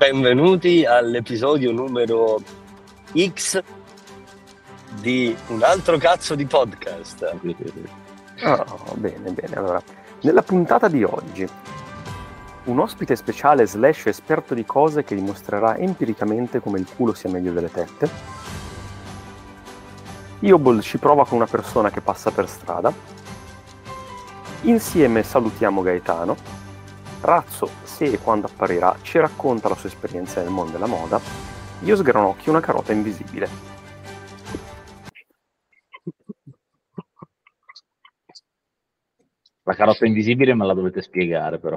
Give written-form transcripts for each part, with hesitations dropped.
Benvenuti all'episodio numero X di un altro cazzo di podcast. Bene. Allora, nella puntata di oggi, un ospite speciale / esperto di cose che dimostrerà empiricamente come il culo sia meglio delle tette. Iobol ci prova con una persona che passa per strada. Insieme salutiamo Gaetano. Razzo, se e quando apparirà, ci racconta la sua esperienza nel mondo della moda. Io sgranocchio una carota invisibile. La carota invisibile me la dovete spiegare, però.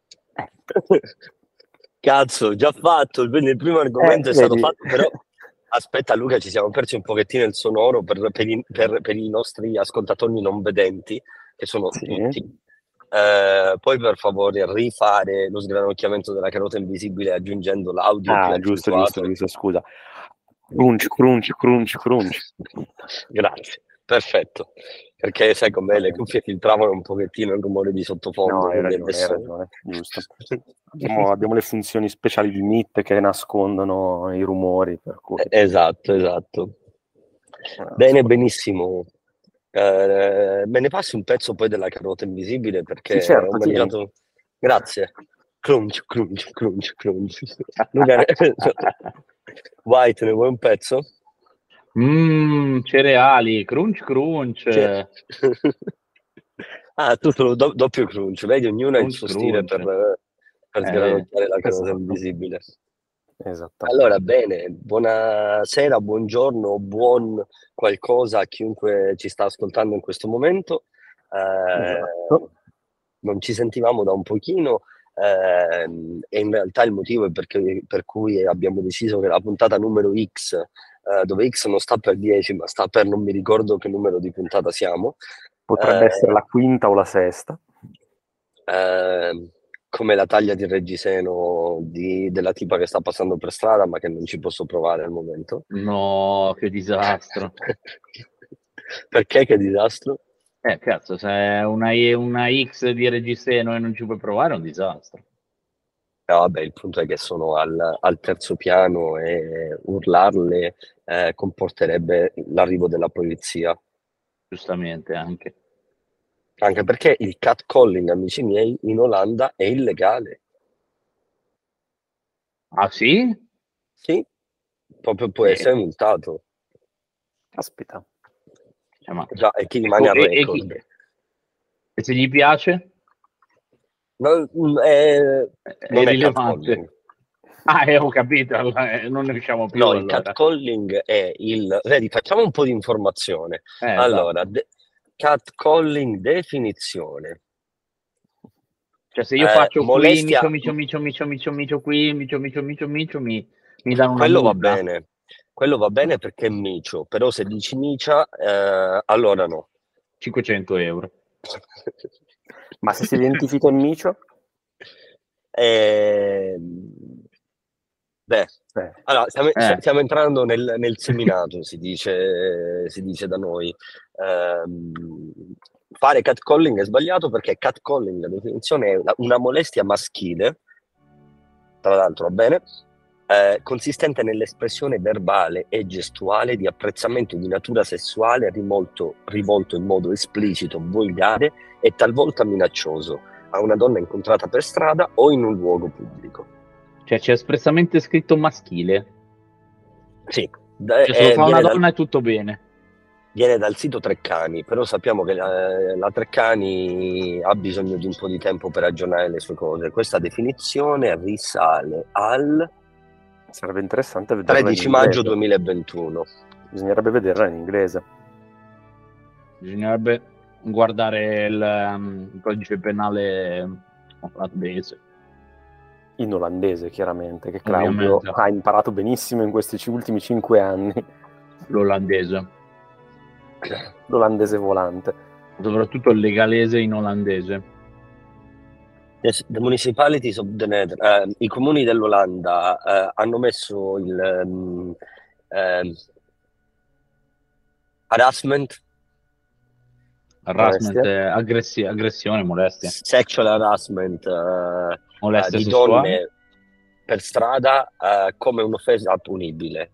Cazzo, già fatto. Il primo argomento è stato fatto, però aspetta Luca, ci siamo persi un pochettino il sonoro per i nostri ascoltatori non vedenti, che sono tutti. Poi per favore rifare lo sgranocchiamento della carota invisibile aggiungendo l'audio più giusto, scusa. Crunch. Grazie, perfetto, perché sai com'è, le cuffie filtravano un pochettino il rumore di sottofondo. No, hai ragione, giusto. Abbiamo le funzioni speciali di MIT che nascondono i rumori, per cui... Esatto. Bene, benissimo. Me ne passi un pezzo poi della carota invisibile, perché sì, certo, ho mangiato... Grazie. Crunch. Luca, Vai, te ne vuoi un pezzo? Cereali, crunch. Tu solo doppio crunch, vedi, ognuno ha il suo stile per sgranocchiare la carota invisibile. Esattamente. Allora, bene, buonasera, buongiorno, buon qualcosa a chiunque ci sta ascoltando in questo momento. Esatto. Non ci sentivamo da un pochino, e in realtà il motivo è per cui abbiamo deciso che la puntata numero X, dove X non sta per 10 ma sta per non mi ricordo che numero di puntata siamo. Potrebbe essere la quinta o la sesta. Come la taglia di reggiseno della tipa che sta passando per strada, ma che non ci posso provare al momento. No, che disastro. Perché che disastro? Cazzo, se è una X di reggiseno e non ci puoi provare è un disastro. Vabbè, il punto è che sono al terzo piano e urlarle comporterebbe l'arrivo della polizia. Giustamente, anche perché il catcalling, amici miei, in Olanda è illegale. Ah sì? Sì, proprio può essere multato. Aspetta. Già, e chi rimane a record. E se gli piace? Non è catcalling. Ho capito, non ne usciamo più. No, il catcalling è vedi, facciamo un po' di informazione. Allora, catcalling, definizione. Cioè, se io faccio molestia... micio qui, micio, mi danno una Quello multa. Quello va bene perché è micio, però se dici micia, allora no. 500 euro. Ma se si identifica in micio? Allora, stiamo entrando nel seminato, si dice da noi. Fare catcalling è sbagliato perché catcalling, la definizione è una molestia maschile, tra l'altro va bene, consistente nell'espressione verbale e gestuale di apprezzamento di natura sessuale rivolto in modo esplicito, volgare e talvolta minaccioso a una donna incontrata per strada o in un luogo pubblico. Cioè c'è espressamente scritto maschile? Sì. Se lo fa una donna è tutto bene. Viene dal sito Treccani, però sappiamo che la Treccani ha bisogno di un po' di tempo per aggiornare le sue cose. Questa definizione risale al... Sarebbe interessante vederla 13 maggio 2021. Bisognerebbe vederla in inglese. Bisognerebbe guardare il codice penale olandese. In olandese, chiaramente, che Claudio ha imparato benissimo in questi ultimi 5 anni. L'olandese volante. Soprattutto il legalese in olandese. Yes, the municipalities of the Netherlands, i comuni dell'Olanda hanno messo il harassment, aggressione, molestia, sexual harassment molestia di sessuale? donne, per strada come un'offesa punibile,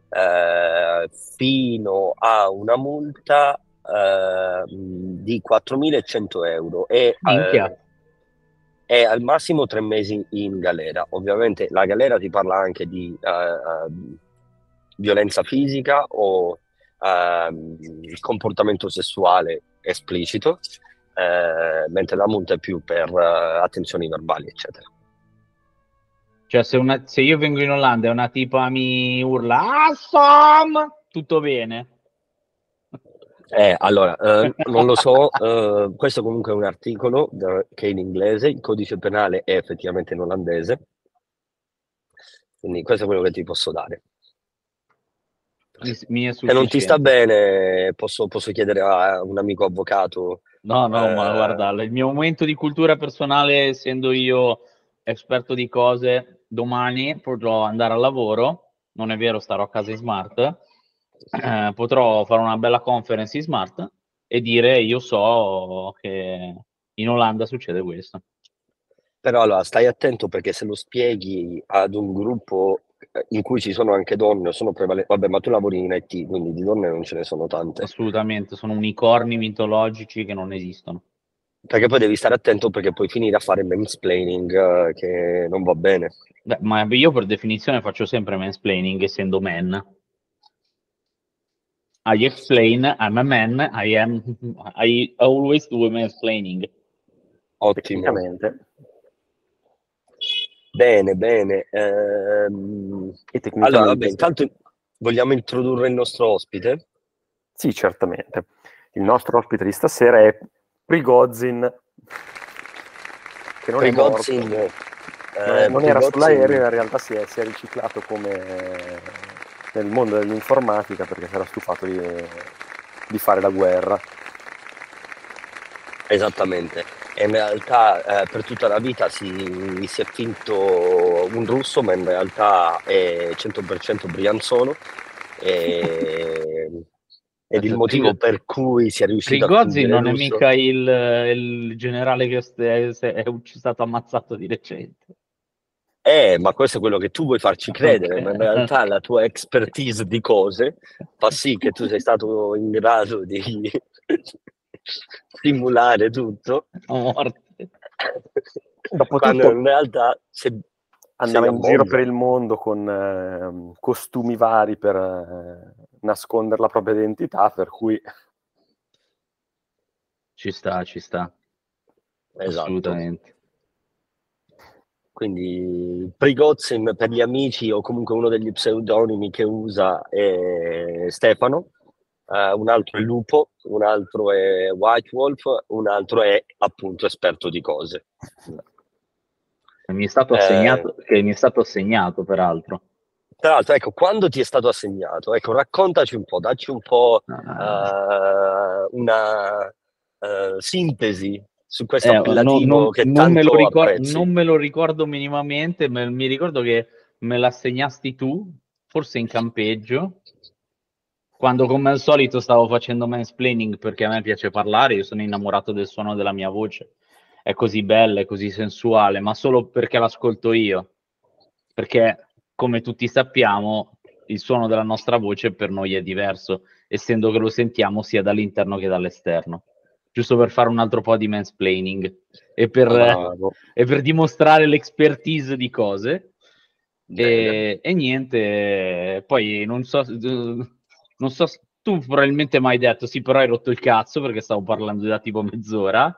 fino a una multa di 4.100 euro Minchia. e al massimo 3 mesi in galera. Ovviamente la galera ti parla anche di violenza fisica o comportamento sessuale esplicito, mentre la multa è più per attenzioni verbali, eccetera. Cioè, se io vengo in Olanda e una tipa mi urla Assam, tutto bene. Allora, non lo so, questo comunque è un articolo che è in inglese, il codice penale è effettivamente in olandese, quindi questo è quello che ti posso dare. Mi è Se non ti sta sufficiente. bene, posso chiedere a un amico avvocato. No, ma guarda, il mio momento di cultura personale, essendo io esperto di cose, domani potrò andare al lavoro, non è vero, starò a casa in smart, potrò fare una bella conference in smart e dire io so che in Olanda succede questo. Però allora stai attento, perché se lo spieghi ad un gruppo in cui ci sono anche donne, vabbè, ma tu lavori in IT, quindi di donne non ce ne sono tante. Assolutamente, sono unicorni mitologici che non esistono. Perché poi devi stare attento, perché puoi finire a fare mansplaining, che non va bene. Beh, ma io per definizione faccio sempre mansplaining essendo man. I explain, I'm a man, I always do mansplaining. Ottimo. Tecnicamente. Bene, bene. E tecnicamente Allora, vabbè, sì. intanto vogliamo introdurre il nostro ospite? Sì, certamente. Il nostro ospite di stasera è Prigozhin, che non è morto. Prigozhin, Non era Prigozhin- sull'aereo, in realtà si è riciclato come nel mondo dell'informatica, perché si era stufato di fare la guerra. Esattamente. E in realtà per tutta la vita si è finto un russo, ma in realtà è 100% brianzolo. Ed il motivo per cui si è riuscito a Prigozhin fingere non è russo. mica il generale che è stato ammazzato di recente. Ma questo è quello che tu vuoi farci credere, ma in realtà la tua expertise di cose fa sì che tu sei stato in grado di simulare tutto, Morte. quando Dopotutto in realtà andava sei a in giro per Monza. il mondo con costumi vari per nascondere la propria identità, per cui Ci sta. Esatto. Assolutamente. Quindi Prigozhin per gli amici, o comunque uno degli pseudonimi che usa, è Stefano, un altro è Lupo, un altro è White Wolf, un altro è appunto esperto di cose. Che mi è stato assegnato, peraltro. Tra l'altro, ecco, quando ti è stato assegnato? Ecco, raccontaci un po', dacci un po' una sintesi su questo appellativo che tanto apprezzi. Non me lo ricordo minimamente, mi ricordo che me l'assegnasti tu, forse in campeggio, quando come al solito stavo facendo mansplaining perché a me piace parlare, io sono innamorato del suono della mia voce, è così bella, è così sensuale, ma solo perché l'ascolto io, perché come tutti sappiamo il suono della nostra voce per noi è diverso, essendo che lo sentiamo sia dall'interno che dall'esterno. Giusto per fare un altro po' di mansplaining e bravo. per dimostrare l'expertise di cose. Bene. E niente, poi non so, tu probabilmente mi hai detto sì, però hai rotto il cazzo perché stavo parlando da tipo mezz'ora.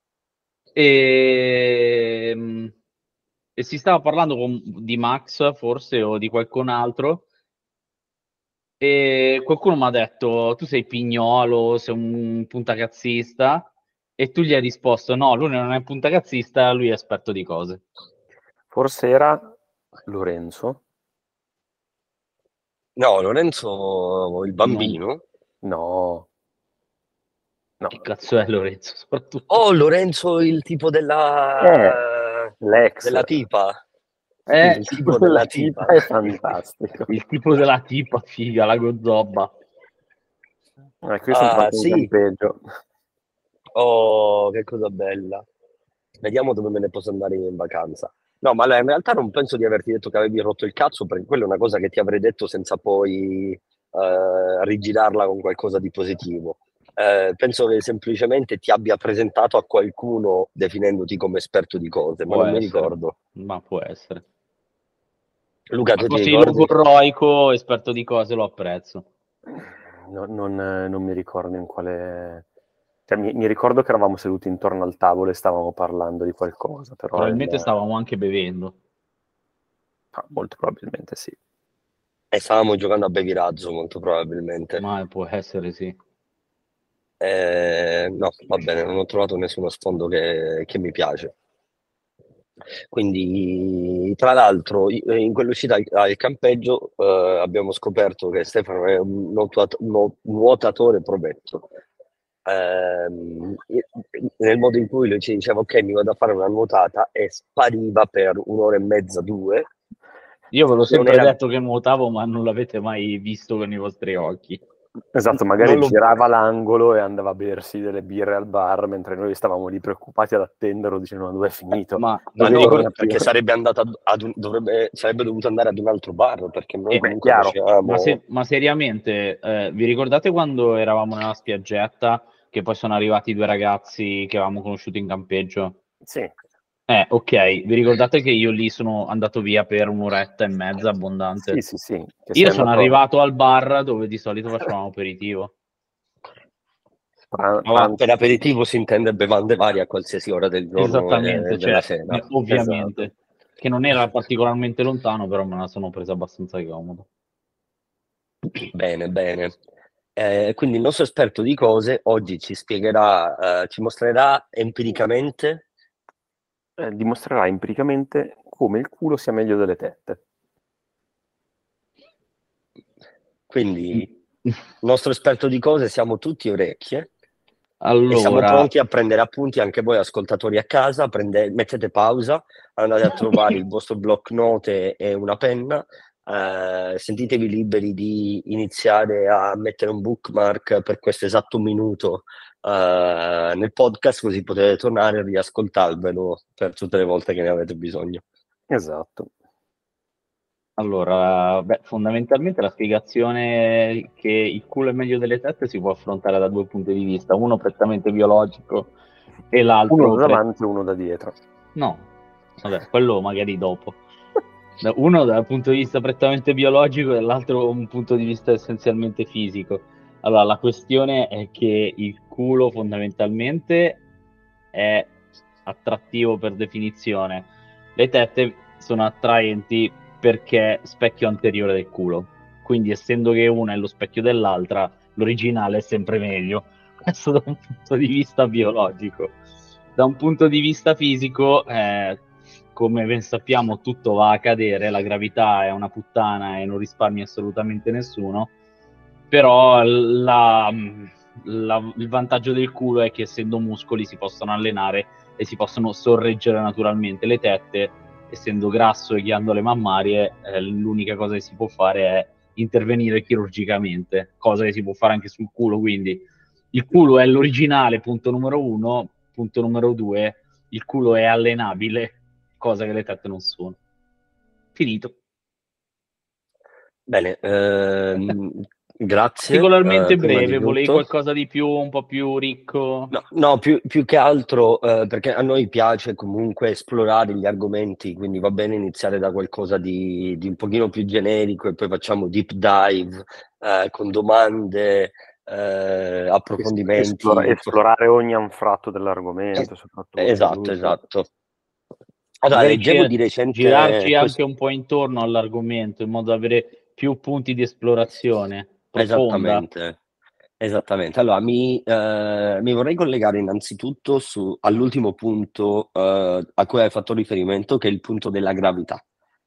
E si stava parlando di Max forse o di qualcun altro e qualcuno mi ha detto tu sei pignolo, sei un puntacazzista e tu gli hai risposto no, lui non è un puntacazzista, lui è esperto di cose. Forse era Lorenzo? No, Lorenzo il bambino. No. Che cazzo è Lorenzo soprattutto? Oh, Lorenzo il tipo della L'ex. tipa. Il tipo della tipa. È fantastico. Il tipo della tipa figa, la gozobba. Io sono tornato in Sì. campeggio. Oh, che cosa bella. Vediamo dove me ne posso andare in vacanza. No, ma in realtà non penso di averti detto che avevi rotto il cazzo, perché quella è una cosa che ti avrei detto senza poi rigirarla con qualcosa di positivo. Penso che semplicemente ti abbia presentato a qualcuno definendoti come esperto di cose, ma Può non mi essere, ricordo. ma può essere. Luca, Ma tu ti così ricordi? logorroico, esperto di cose, lo apprezzo. Non mi ricordo in quale... Cioè, mi ricordo che eravamo seduti intorno al tavolo e stavamo parlando di qualcosa, però Probabilmente stavamo anche bevendo. molto probabilmente sì. E stavamo giocando a Bevirazzo, molto probabilmente. Ma può essere, sì. No, va bene, non ho trovato nessuno sfondo che mi piace. Quindi, tra l'altro, in quell'uscita al campeggio abbiamo scoperto che Stefano è un nuotatore provetto. Nel modo in cui lui ci diceva ok, mi vado a fare una nuotata e spariva per un'ora e mezza, due. Io ve l'ho Non sempre era, detto che nuotavo, ma non l'avete mai visto con i vostri occhi. Esatto, magari non lo, girava l'angolo e andava a bersi delle birre al bar, mentre noi stavamo lì preoccupati ad attenderlo dicendo ma dove è finito? Ma ma vi no, ricordate? perché sarebbe andato sarebbe dovuto andare ad un altro bar, perché noi E, Beh, comunque chiaro. facevamo. ma seriamente, vi ricordate quando eravamo nella spiaggetta che poi sono arrivati due ragazzi che avevamo conosciuto in campeggio? Sì, Ok, vi ricordate che io lì sono andato via per un'oretta e mezza abbondante? sì, che Io sei sono andato arrivato al bar dove di solito facevamo aperitivo. Per aperitivo si intende bevande varie a qualsiasi ora del giorno e Esattamente, della cioè, sera. esatto. ovviamente, che non era particolarmente lontano, però me la sono presa abbastanza comodo. Bene, bene. Quindi il nostro esperto di cose oggi ci spiegherà, ci mostrerà empiricamente. Dimostrerà empiricamente come il culo sia meglio delle tette. Quindi, il nostro esperto di cose siamo tutti orecchie e siamo Allora, pronti a prendere appunti anche voi ascoltatori a casa. Mettete pausa, andate a trovare il vostro block note e una penna. Sentitevi liberi di iniziare a mettere un bookmark per questo esatto minuto nel podcast, così potete tornare e riascoltarvelo per tutte le volte che ne avete bisogno. Esatto. allora, beh, fondamentalmente la spiegazione che il culo è meglio delle tette si può affrontare da due punti di vista, uno prettamente biologico e Uno l'altro da davanti e uno da dietro. No, vabbè, quello magari dopo. Uno dal punto di vista prettamente biologico e l'altro un punto di vista essenzialmente fisico. Allora, la questione è che il culo fondamentalmente è attrattivo per definizione. Le tette sono attraenti perché specchio anteriore del culo. Quindi, essendo che una è lo specchio dell'altra, l'originale è sempre meglio. Questo da un punto di vista biologico. Da un punto di vista fisico, come ben sappiamo, tutto va a cadere, la gravità è una puttana e non risparmia assolutamente nessuno, però il vantaggio del culo è che essendo muscoli si possono allenare e si possono sorreggere naturalmente. Le tette, essendo grasso e ghiandole mammarie, l'unica cosa che si può fare è intervenire chirurgicamente, cosa che si può fare anche sul culo, quindi il culo è l'originale, punto numero uno, punto numero due, il culo è allenabile, cosa che le tette non sono. Finito. Bene, grazie, Particolarmente prima di breve, volevi tutto. qualcosa di più, un po' più ricco? No, più che altro perché a noi piace comunque esplorare gli argomenti, quindi va bene iniziare da qualcosa di un pochino più generico e poi facciamo deep dive con domande, approfondimenti. Esplorare ogni anfratto dell'argomento, soprattutto. Esatto, Giusto. esatto. Allora, Magari leggevo di recente girarci anche un po' intorno all'argomento in modo da avere più punti di esplorazione profonda. Esattamente, esattamente. Allora, mi vorrei collegare innanzitutto all'ultimo punto a cui hai fatto riferimento, che è il punto della gravità.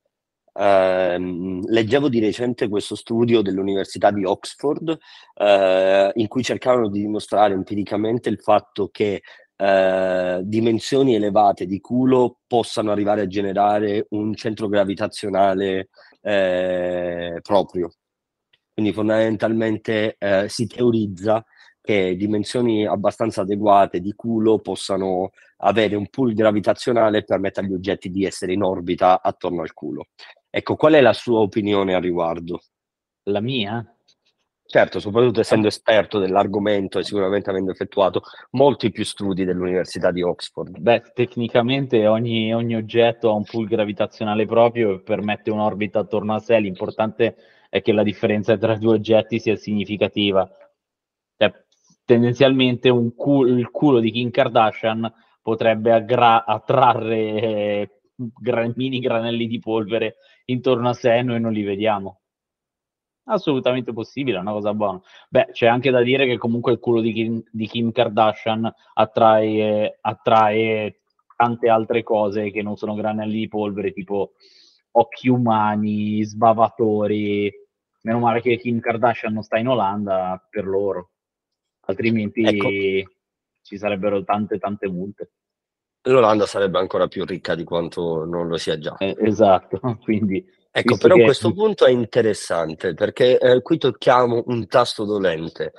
Leggevo di recente questo studio dell'Università di Oxford in cui cercavano di dimostrare empiricamente il fatto che dimensioni elevate di culo possano arrivare a generare un centro gravitazionale proprio. Quindi fondamentalmente si teorizza che dimensioni abbastanza adeguate di culo possano avere un pull gravitazionale e permette agli oggetti di essere in orbita attorno al culo. Ecco, qual è la sua opinione al riguardo? La mia? Certo, soprattutto essendo esperto dell'argomento e sicuramente avendo effettuato molti più studi dell'Università di Oxford. Beh, tecnicamente ogni oggetto ha un pull gravitazionale proprio e permette un'orbita attorno a sé. L'importante è che la differenza tra i due oggetti sia significativa. Cioè, tendenzialmente il culo di Kim Kardashian potrebbe attrarre mini granelli di polvere intorno a sé e noi non li vediamo. Assolutamente possibile, è una cosa buona. Beh, c'è anche da dire che comunque il culo di Kim Kardashian attrae tante altre cose che non sono granelli di polvere, tipo occhi umani, sbavatori. Meno male che Kim Kardashian non sta in Olanda per loro, altrimenti Ecco, ci sarebbero tante multe. l'Olanda sarebbe ancora più ricca di quanto non lo sia già. Esatto, quindi Ecco, visto però che questo punto è interessante perché qui tocchiamo un tasto dolente.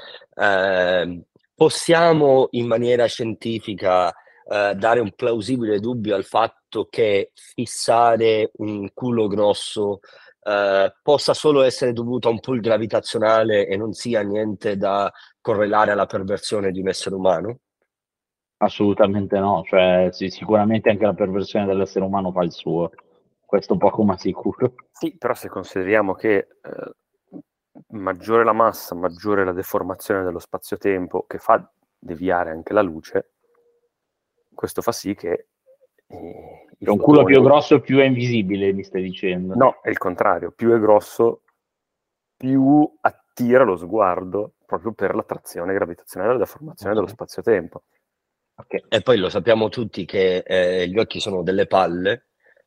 Possiamo in maniera scientifica dare un plausibile dubbio al fatto che fissare un culo grosso possa solo essere dovuto a un pull gravitazionale e non sia niente da correlare alla perversione di un essere umano? assolutamente no, cioè sicuramente anche la perversione dell'essere umano fa il suo, questo poco ma sicuro. Sì, però se consideriamo che maggiore la massa, maggiore la deformazione dello spazio-tempo, che fa deviare anche la luce, questo fa sì che i Un culo più fotoni... grosso più è invisibile, mi stai dicendo? No, è il contrario, più è grosso, più attira lo sguardo proprio per l'attrazione gravitazionale e la deformazione dello spazio-tempo. Okay. E poi lo sappiamo tutti che gli occhi sono delle palle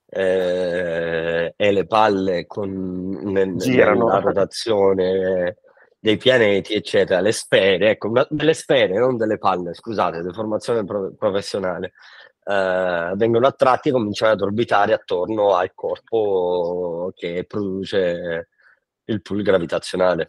e le palle Girano. nella rotazione dei pianeti, eccetera, le sfere, ecco, delle sfere, non delle palle, scusate, deformazione professionale, vengono attratti e cominciano ad orbitare attorno al corpo che produce il pull gravitazionale.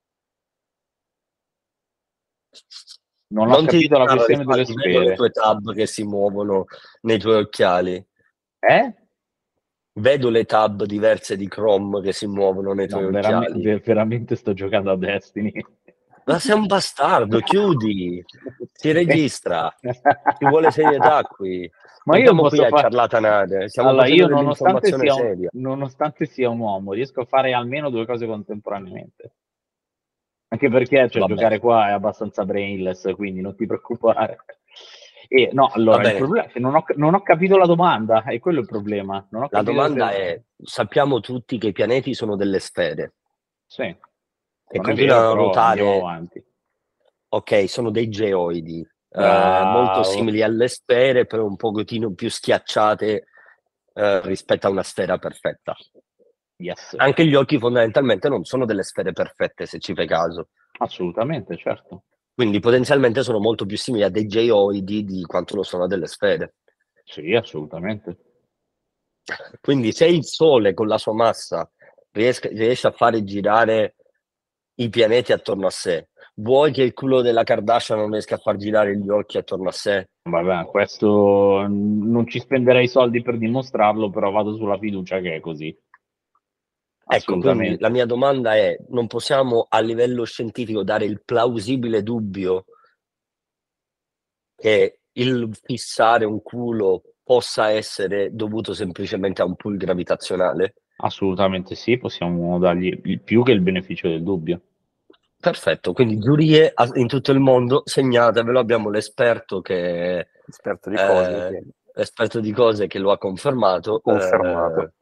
Non ho Non ti capito la distrarre, questione delle infatti, vedo le tue sfere. tab che si muovono nei tuoi occhiali. Eh? Vedo le tab diverse di Chrome che si muovono nei tuoi No, occhiali. veramente sto giocando a Destiny. Ma sei un bastardo, chiudi, si registra, ci vuole serietà qui. Ma Non io siamo qui posso a fare... ciarlatanare, stiamo Allora, facendo io dell'informazione seria. nonostante sia un uomo, riesco a fare almeno due cose contemporaneamente. Anche perché cioè, Vabbè, giocare qua è abbastanza brainless, quindi non ti preoccupare. E no, va allora, il bene. problema è che non ho capito la domanda, è quello il problema. Non ho La capito domanda se... è, sappiamo tutti che i pianeti sono delle sfere Sì, e non è vero, continuano a però andiamo ruotare. avanti. Ok, sono dei geoidi, molto Bravo. simili alle sfere, però un pochettino più schiacciate rispetto a una sfera perfetta. Yes, Anche gli occhi fondamentalmente non sono delle sfere perfette, se ci fai caso. assolutamente, certo. Quindi potenzialmente sono molto più simili a dei geoidi di quanto lo sono a delle sfere. Sì, assolutamente. Quindi se il Sole con la sua massa riesce a fare girare i pianeti attorno a sé, vuoi che il culo della Kardashian non riesca a far girare gli occhi attorno a sé? Vabbè, questo non ci spenderei soldi per dimostrarlo, però vado sulla fiducia che è così. Ecco, quindi la Assolutamente. mia domanda è, non possiamo a livello scientifico dare il plausibile dubbio che il fissare un culo possa essere dovuto semplicemente a un pull gravitazionale? Assolutamente sì, possiamo dargli il più che il beneficio del dubbio. Perfetto, quindi giurie in tutto il mondo, segnatevelo, abbiamo Esperto di cose che esperto di cose che lo ha confermato. confermato.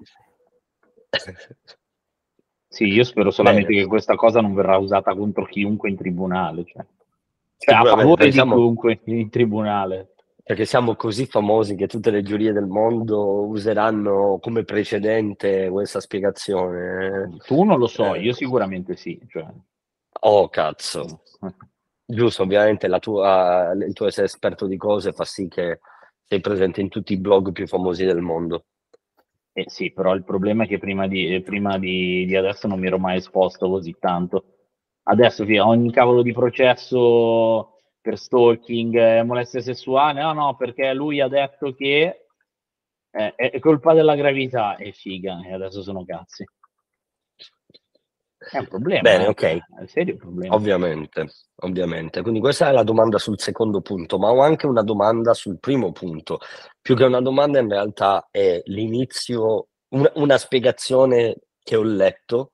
Sì, io spero solamente Bene, che questa cosa non verrà usata contro chiunque in tribunale, cioè a sicuramente, favore di chiunque in tribunale. perché siamo così famosi che tutte le giurie del mondo useranno come precedente questa spiegazione. Tu non lo so, Eh, io sicuramente sì. Cioè. oh, cazzo. Giusto, ovviamente il tuo essere esperto di cose fa sì che sei presente in tutti i blog più famosi del mondo. Sì, però il problema è che prima di adesso non mi ero mai esposto così tanto. Adesso ogni cavolo di processo per stalking, molestia sessuale, no, perché lui ha detto che è colpa della gravità, e figa, e adesso sono cazzi. È un problema, Bene, ok. è un serio problema. Ovviamente. Quindi questa è la domanda sul secondo punto, ma ho anche una domanda sul primo punto. Più che una domanda, in realtà è l'inizio, una spiegazione che ho letto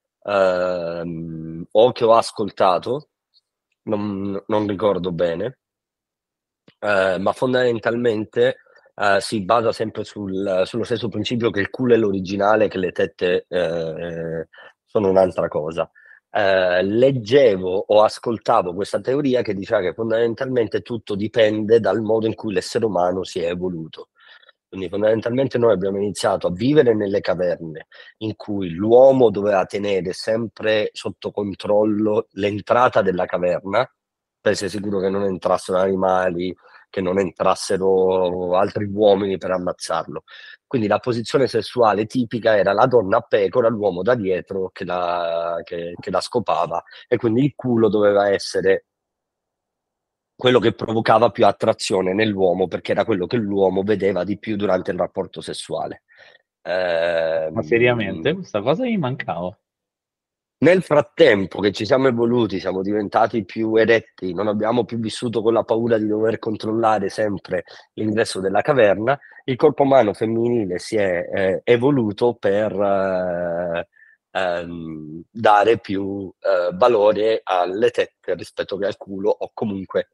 o che ho ascoltato, non ricordo bene, ma fondamentalmente si basa sempre sullo stesso principio che il culo è l'originale, che le tette sono un'altra cosa. Leggevo o ascoltavo questa teoria che diceva che fondamentalmente tutto dipende dal modo in cui l'essere umano si è evoluto. Quindi fondamentalmente noi abbiamo iniziato a vivere nelle caverne in cui l'uomo doveva tenere sempre sotto controllo l'entrata della caverna per essere sicuro che non entrassero animali, che non entrassero altri uomini per ammazzarlo. Quindi la posizione sessuale tipica era la donna a pecora, l'uomo da dietro che la scopava, e quindi il culo doveva essere quello che provocava più attrazione nell'uomo, perché era quello che l'uomo vedeva di più durante il rapporto sessuale. Ma seriamente? Questa cosa mi mancava. Nel frattempo che ci siamo evoluti, siamo diventati più eretti, non abbiamo più vissuto con la paura di dover controllare sempre l'ingresso della caverna, il corpo umano femminile si è evoluto per dare più valore alle tette rispetto che al culo, o comunque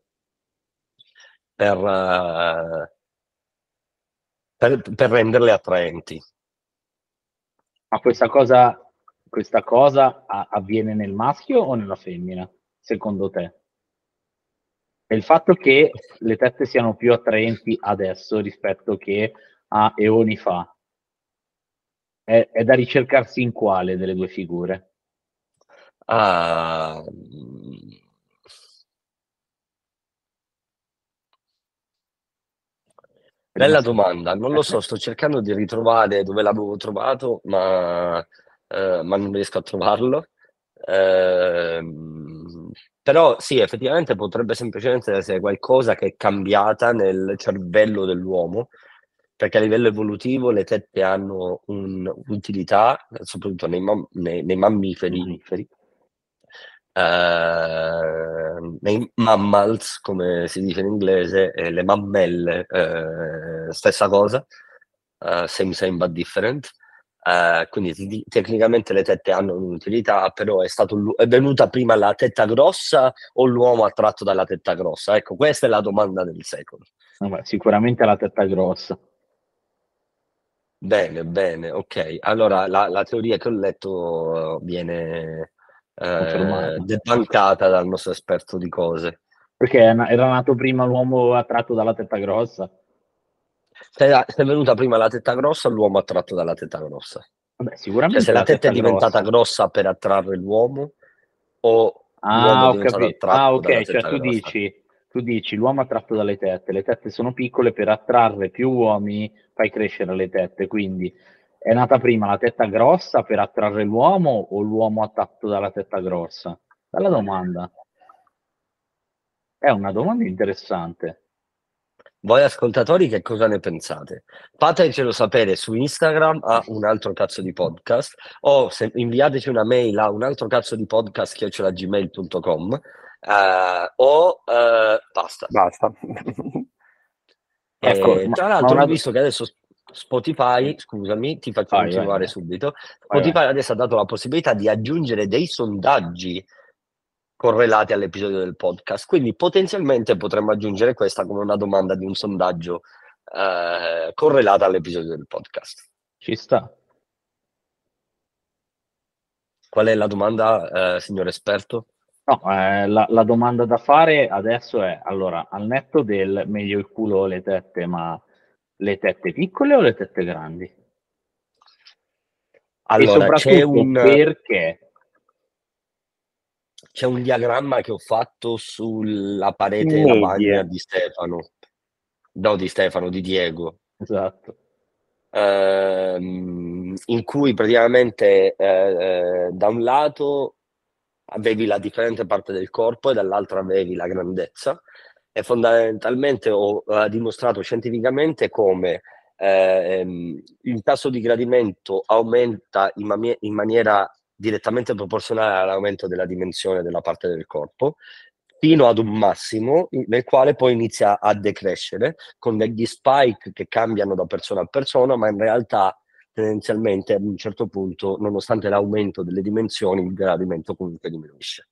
per renderle attraenti. Ma questa cosa avviene nel maschio o nella femmina, secondo te? E il fatto che le tette siano più attraenti adesso rispetto che a eoni fa, è da ricercarsi in quale delle due figure? Ah, bella domanda, non lo so, sto cercando di ritrovare dove l'avevo trovato, ma non riesco a trovarlo. Però sì, effettivamente potrebbe semplicemente essere qualcosa che è cambiata nel cervello dell'uomo, perché a livello evolutivo le tette hanno un'utilità, soprattutto nei mammiferi, nei mammals, come si dice in inglese, e le mammelle, stessa cosa, same but different. Quindi tecnicamente le tette hanno un'utilità, però è venuta prima la tetta grossa o l'uomo attratto dalla tetta grossa? Ecco, questa è la domanda del secolo. Vabbè, sicuramente la tetta grossa. Bene, ok. Allora, la teoria che ho letto viene Confermata. debunkata dal nostro esperto di cose. Perché era nato prima l'uomo attratto dalla tetta grossa? Se è venuta prima la tetta grossa, l'uomo attratto dalla tetta grossa. Vabbè, Cioè, se sicuramente la la tetta è tetta diventata grossa. grossa per attrarre l'uomo, o l'uomo Ah, è ho diventato capito. Ah, attratto dalla ok, cioè tetta grossa. tu dici l'uomo attratto dalle tette, le tette sono piccole, per attrarre più uomini fai crescere le tette, quindi è nata prima la tetta grossa per attrarre l'uomo o l'uomo attratto dalla tetta grossa? Bella domanda. È una domanda interessante. Voi ascoltatori che cosa ne pensate? Fatecelo sapere su Instagram a un altro cazzo di podcast, o inviateci una mail a un altro cazzo di podcast@gmail.com, basta. Basta. Ecco, Tra ma l'altro ho visto che adesso Spotify, scusami, ti faccio continuare vai. subito, Vai, vai. Spotify adesso ha dato la possibilità di aggiungere dei sondaggi correlati all'episodio del podcast, quindi potenzialmente potremmo aggiungere questa come una domanda di un sondaggio correlata all'episodio del podcast. Ci sta. Qual è la domanda, signor esperto? No, la domanda da fare adesso è, allora, al netto del meglio il culo o le tette, ma le tette piccole o le tette grandi? E Allora, soprattutto perché? c'è un diagramma che ho fatto sulla parete lavagna Medie. di Stefano, no, di Diego, Esatto. in cui praticamente da un lato avevi la differente parte del corpo e dall'altra avevi la grandezza, e fondamentalmente ho dimostrato scientificamente come il tasso di gradimento aumenta in maniera direttamente proporzionale all'aumento della dimensione della parte del corpo, fino ad un massimo nel quale poi inizia a decrescere con degli spike che cambiano da persona a persona, ma in realtà tendenzialmente ad un certo punto, nonostante l'aumento delle dimensioni, il gradimento comunque diminuisce.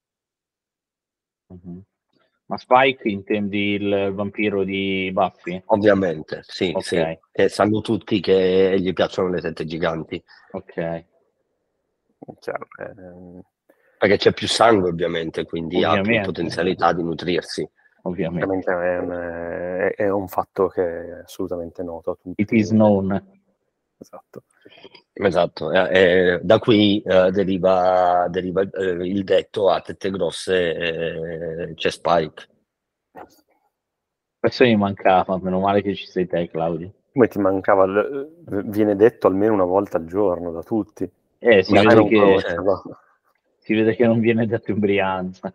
Mhm. Ma Spike intendi il vampiro di Buffy? Ovviamente, sì, Ok, sì, che sanno tutti che gli piacciono le sette giganti, ok, Chiaro, perché c'è più sangue ovviamente, quindi ha più ovviamente, potenzialità di nutrirsi. ovviamente. ovviamente è un fatto che è assolutamente noto a tutti. It is known. Esatto. Esatto, da qui deriva il detto a tette grosse c'è Spike. Questo mi mancava, meno male che ci sei te, Claudio. Come ti mancava, viene detto almeno una volta al giorno da tutti. Si Da vede Non tutti, che, conoscerlo. si vede che non viene detto in Brianza.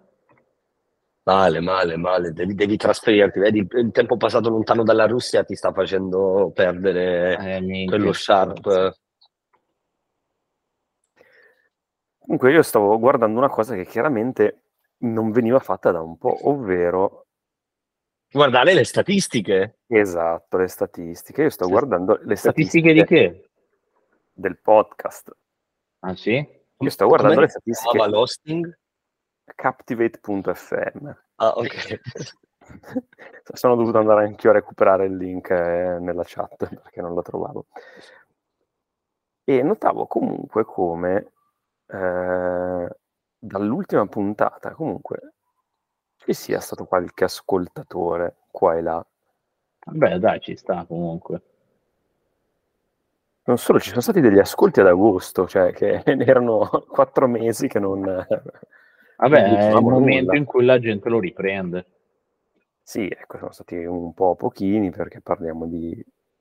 male, devi trasferirti, vedi, il tempo passato lontano dalla Russia ti sta facendo perdere quello Minchia. sharp. Comunque io stavo guardando una cosa che chiaramente non veniva fatta da un po', ovvero Guardare le statistiche. esatto, le statistiche. Io sto guardando le Statistiche di statistiche che? del podcast. Ah sì? Io sto Come guardando le si chiamava statistiche l'hosting? Captivate.fm. Ah, ok. Sono dovuto andare anch'io a recuperare il link nella chat perché non lo trovavo. E notavo comunque come dall'ultima puntata comunque ci sia stato qualche ascoltatore qua e là. Vabbè, dai, ci sta comunque. Non solo, ci sono stati degli ascolti ad agosto, cioè che erano 4 mesi che non Vabbè, è il dicevamo momento nulla. in cui la gente lo riprende. Sì, ecco, sono stati un po' pochini perché parliamo di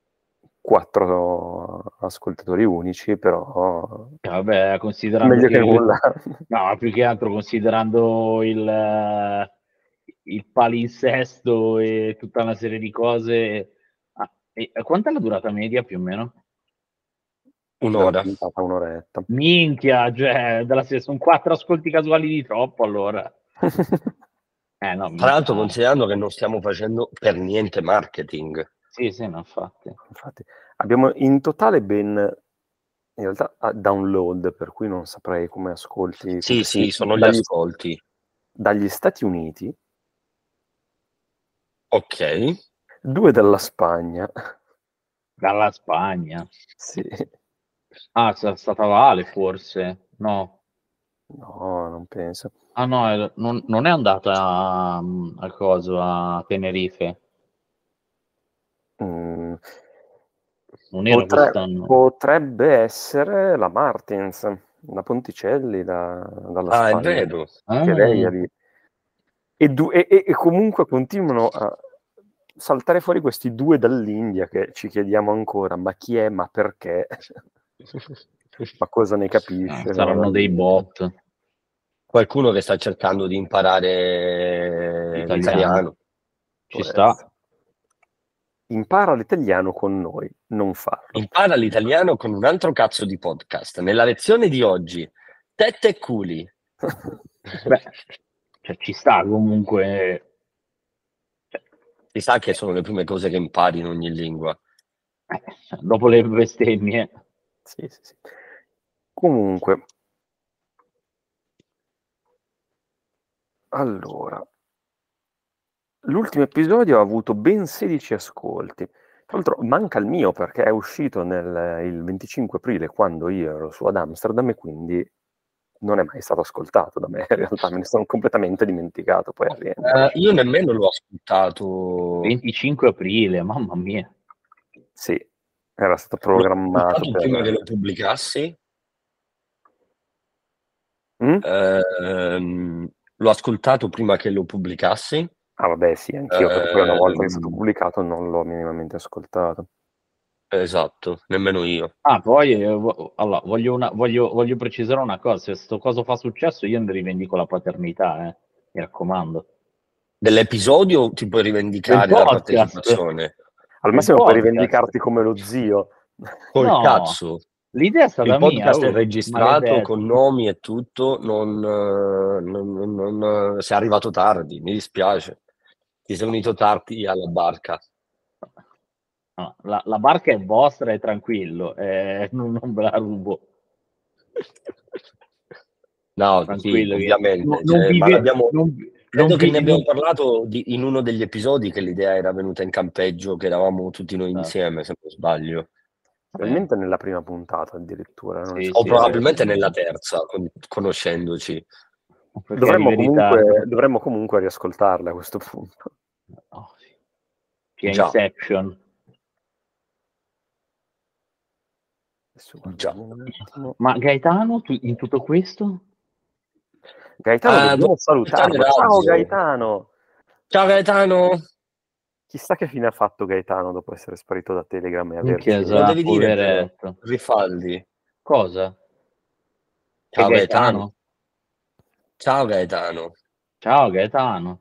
4 ascoltatori unici, però Vabbè, considerando meglio che che... nulla. No, più che altro considerando il palinsesto e tutta una serie di cose. E quant'è la durata media più o meno? Della Un'ora. puntata un'oretta. Minchia, cioè, sono 4 ascolti casuali di troppo allora. No, Tra l'altro, minchia. considerando che non stiamo facendo per niente marketing. Sì, no, infatti. Infatti, abbiamo in totale ben, in realtà, download, per cui non saprei come ascolti Sì, complessivi, sono gli ascolti. dagli Stati Uniti, Ok. 2 dalla Spagna. Dalla Spagna. Sì. Ah, stata Vale forse? No. No, non penso. Ah no, non è andata al coso, a Tenerife. Mm, Non era quest'anno. potrebbe essere la Martins, la Ponticelli dalla Ah, è Spagna, vero. che lei è Ah, lì. E comunque continuano a saltare fuori questi 2 dall'India che ci chiediamo ancora, ma chi è, ma perché, ma cosa ne capisce, no, saranno dei dall'India. bot. Qualcuno che sta cercando di imparare Italiano. l'italiano. Ci Può sta. essere. Impara l'italiano con noi, non farlo. Impara l'italiano con un altro cazzo di podcast. Nella lezione di oggi, tette e culi. Beh, cioè, ci sta comunque. Cioè, Si sa che sono le prime cose che impari in ogni lingua. dopo le bestemmie. Sì. Comunque, allora, l'ultimo episodio ha avuto ben 16 ascolti. Tra l'altro manca il mio perché è uscito il 25 aprile quando io ero su ad Amsterdam e quindi non è mai stato ascoltato da me. In realtà me ne sono completamente dimenticato poi al rientro. Io nemmeno l'ho ascoltato. 25 aprile, mamma mia. Sì, era stato L'ho programmato ascoltato prima che per... lo pubblicassi. Mm? L'ho ascoltato prima che lo pubblicassi. Ah vabbè sì, anch'io, perché poi una volta che è stato pubblicato non l'ho minimamente ascoltato. Esatto, nemmeno io. Poi allora, voglio precisare una cosa: se sto coso fa successo, io ne rivendico la paternità, mi raccomando. Dell'episodio ti puoi Del rivendicare la podcast. partecipazione. Al Del massimo per podcast. rivendicarti come lo zio. Col No, cazzo. l'idea è Il stata mia, podcast è registrato maledetto. con nomi e tutto, sei arrivato tardi, mi dispiace. Ti sei unito tardi alla barca. No, la barca è vostra, è tranquillo, non ve la rubo. No, sì, Tranquillo che ovviamente. Cioè, ma non credo che ne vi abbiamo parlato in uno degli episodi che l'idea era venuta in campeggio, che eravamo tutti noi insieme, se non sbaglio. Probabilmente nella prima puntata addirittura. Non Sì, O sì, è vero. probabilmente nella terza, conoscendoci. Perché arriva in ritardo. Dovremmo comunque riascoltarla a questo punto. Oh, sì. Che Già, Inception. Adesso già. guardiamo un attimo. Ma Gaetano, in tutto questo? Gaetano, dobbiamo Gaetano salutarlo. Ciao Razzo. Gaetano! Ciao Gaetano. Chissà che fine ha fatto Gaetano dopo essere sparito da Telegram e Minchia, averci... Lo sarà devi dire però, poveretto. Rifaldi. Cosa? Che Ciao Gaetano. Gaetano? Ciao Gaetano. Ciao Gaetano.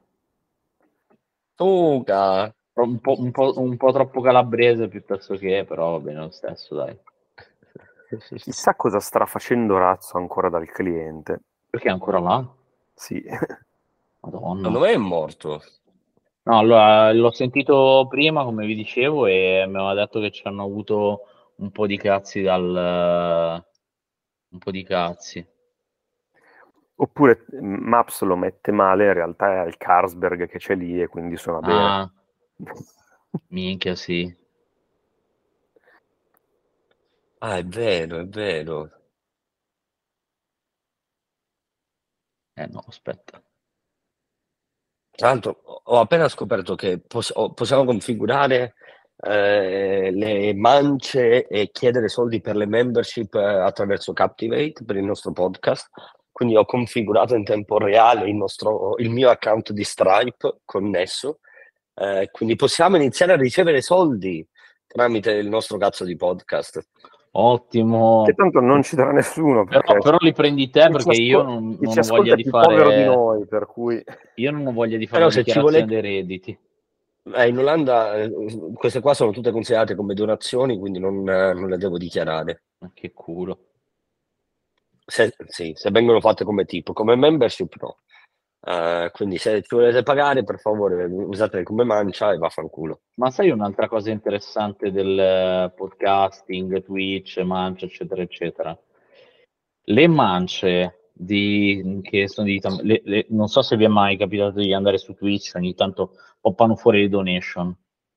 Tuca. Un po' troppo calabrese piuttosto che, però va bene lo stesso, dai. Chissà cosa starà facendo Razzo ancora dal cliente. Perché è ancora là? Sì. Madonna. Secondo me è morto. No, allora, l'ho sentito prima, come vi dicevo, e mi aveva detto che ci hanno avuto un po' di cazzi un po' di cazzi. Oppure Maps lo mette male, in realtà è il Carlsberg che c'è lì e quindi suona bene. Minchia, sì. Ah, è vero, è vero. No, aspetta. Tra l'altro ho appena scoperto che possiamo configurare le mance e chiedere soldi per le membership attraverso Captivate per il nostro podcast. Quindi ho configurato in tempo reale il mio account di Stripe connesso. Quindi possiamo iniziare a ricevere soldi tramite il nostro cazzo di podcast. Ottimo. Che tanto non ci darà nessuno, perché Però li prendi te, perché io non chi ci ho voglia ascolta è di più povero di fare. noi, per cui... Io non ho voglia di fare Però la se ci dichiarazione volete, dei redditi. in Olanda queste qua sono tutte considerate come donazioni, quindi non le devo dichiarare. Ma che culo. Sì, se vengono fatte come tipo, come membership no. Quindi se ci volete pagare, per favore usate come mancia e vaffanculo. Ma sai un'altra cosa interessante del podcasting, Twitch, Mancia, eccetera, eccetera? Le mance che sono non so se vi è mai capitato di andare su Twitch, ogni tanto poppano fuori le donation.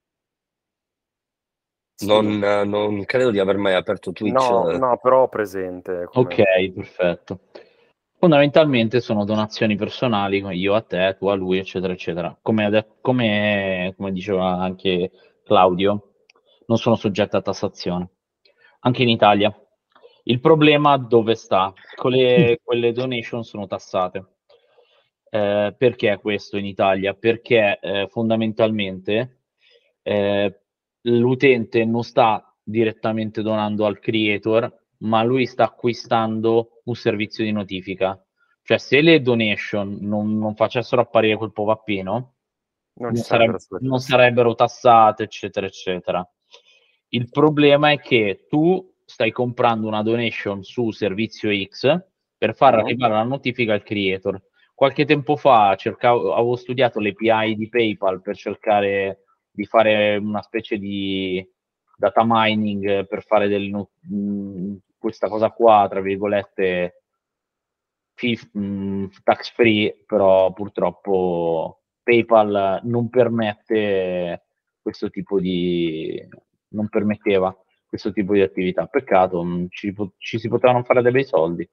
Sì. Non credo di aver mai aperto Twitch. No, però ho presente. Ok, perfetto. Fondamentalmente sono donazioni personali, come io a te, tu a lui, eccetera, eccetera. Come diceva anche Claudio, non sono soggette a tassazione. Anche in Italia. Il problema dove sta? Quelle donation sono tassate. Perché questo in Italia? Perché fondamentalmente l'utente non sta direttamente donando al creator, ma lui sta acquistando un servizio di notifica. Cioè, se le donation non facessero apparire quel pop-upino, Non ci sarebbero state non tasse. sarebbero tassate, eccetera, eccetera. Il problema è che tu stai comprando una donation su servizio X per far arrivare la notifica al creator. Qualche tempo fa avevo studiato l'API di PayPal per cercare di fare una specie di data mining per fare questa cosa qua, tra virgolette, tax free, però purtroppo PayPal non permetteva questo tipo di attività. Peccato, ci si potevano fare dei bei soldi.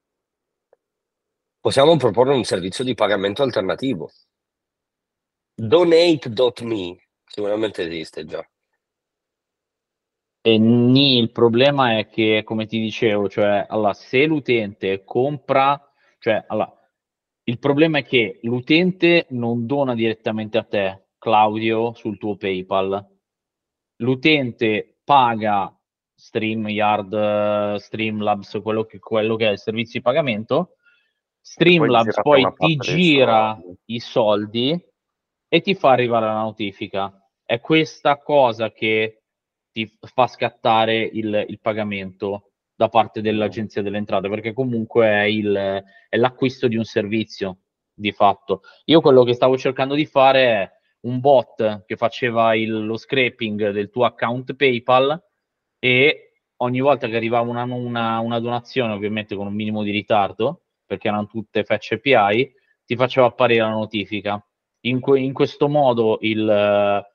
Possiamo proporre un servizio di pagamento alternativo. Donate.me sicuramente esiste già. E il problema è che, come ti dicevo, cioè, allora, se l'utente compra, cioè, allora, il problema è che l'utente non dona direttamente a te, Claudio, sul tuo PayPal. L'utente paga StreamYard, Streamlabs, quello che è il servizio di pagamento. Streamlabs poi ti gira i soldi e ti fa arrivare la notifica. È questa cosa che ti fa scattare il pagamento da parte dell'Agenzia delle Entrate, perché comunque è l'acquisto di un servizio, di fatto. Io quello che stavo cercando di fare è un bot che faceva lo scraping del tuo account PayPal, e ogni volta che arrivava una donazione, ovviamente con un minimo di ritardo, perché erano tutte fetch API, ti faceva apparire la notifica. In questo modo la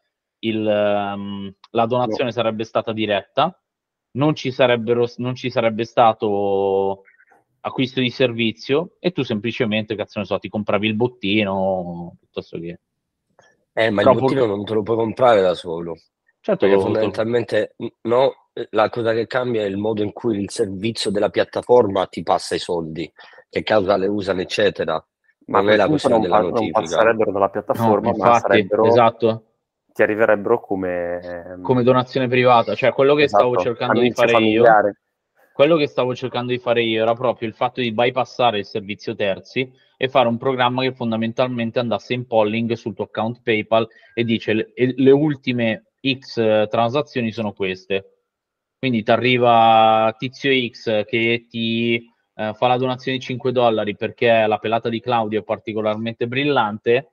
donazione sarebbe stata diretta, non ci sarebbe stato acquisto di servizio, e tu semplicemente, cazzo ne so, ti compravi il bottino piuttosto che... Ma il bottino non te lo puoi comprare da solo. Certo, perché fondamentalmente no, la cosa che cambia è il modo in cui il servizio della piattaforma ti passa i soldi, che causa le usano, eccetera. Ma non è la questione della non notifica. passerebbero dalla piattaforma, no, infatti, ma sarebbero, esatto, ti arriverebbero come donazione privata. Cioè, quello che stavo cercando di fare familiare. quello che stavo cercando di fare io era proprio il fatto di bypassare il servizio terzi e fare un programma che fondamentalmente andasse in polling sul tuo account PayPal e dice le ultime X transazioni sono queste. Quindi ti arriva Tizio X che ti fa la donazione di $5 perché la pelata di Claudio è particolarmente brillante,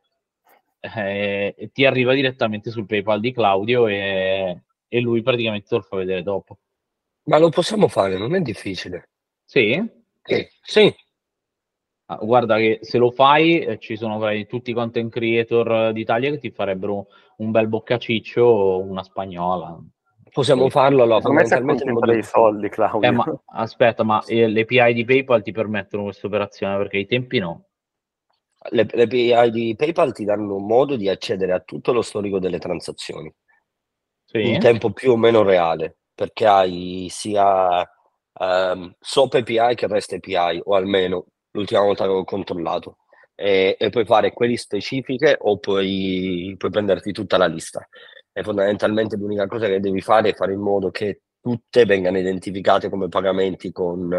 e ti arriva direttamente sul PayPal di Claudio, e lui praticamente te lo fa vedere dopo. Ma lo possiamo fare, non è difficile. Sì? Sì. Guarda che se lo fai, ci sono tutti i content creator d'Italia che ti farebbero un bel boccaciccio, una spagnola. Possiamo farlo, allora, Come si fondamentalmente il modo accontenta i soldi, Claudio? Ma aspetta, ma le API di PayPal ti permettono questa operazione, perché i tempi no. Le API di PayPal ti danno un modo di accedere a tutto lo storico delle transazioni in tempo più o meno reale, perché hai sia SOAP API che REST API, o almeno l'ultima volta che ho controllato, e puoi fare query specifiche o puoi prenderti tutta la lista. E fondamentalmente l'unica cosa che devi fare è fare in modo che tutte vengano identificate come pagamenti con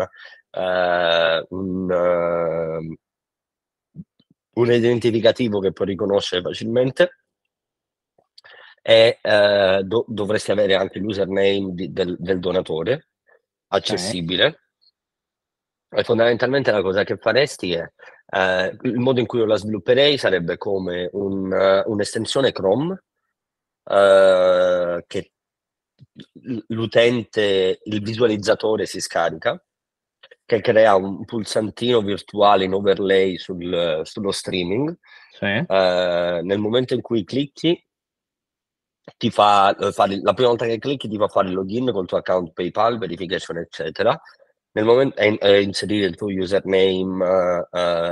un identificativo che puoi riconoscere facilmente, e dovresti avere anche l'username del donatore accessibile. E fondamentalmente la cosa che faresti è il modo in cui io la svilupperei sarebbe come un'estensione Chrome, che l'utente, il visualizzatore si scarica, che crea un pulsantino virtuale in overlay sullo streaming. Nel momento in cui clicchi ti fa fare, la prima volta che clicchi ti fa fare il login col tuo account PayPal, verification eccetera. Nel momento inserire il tuo username,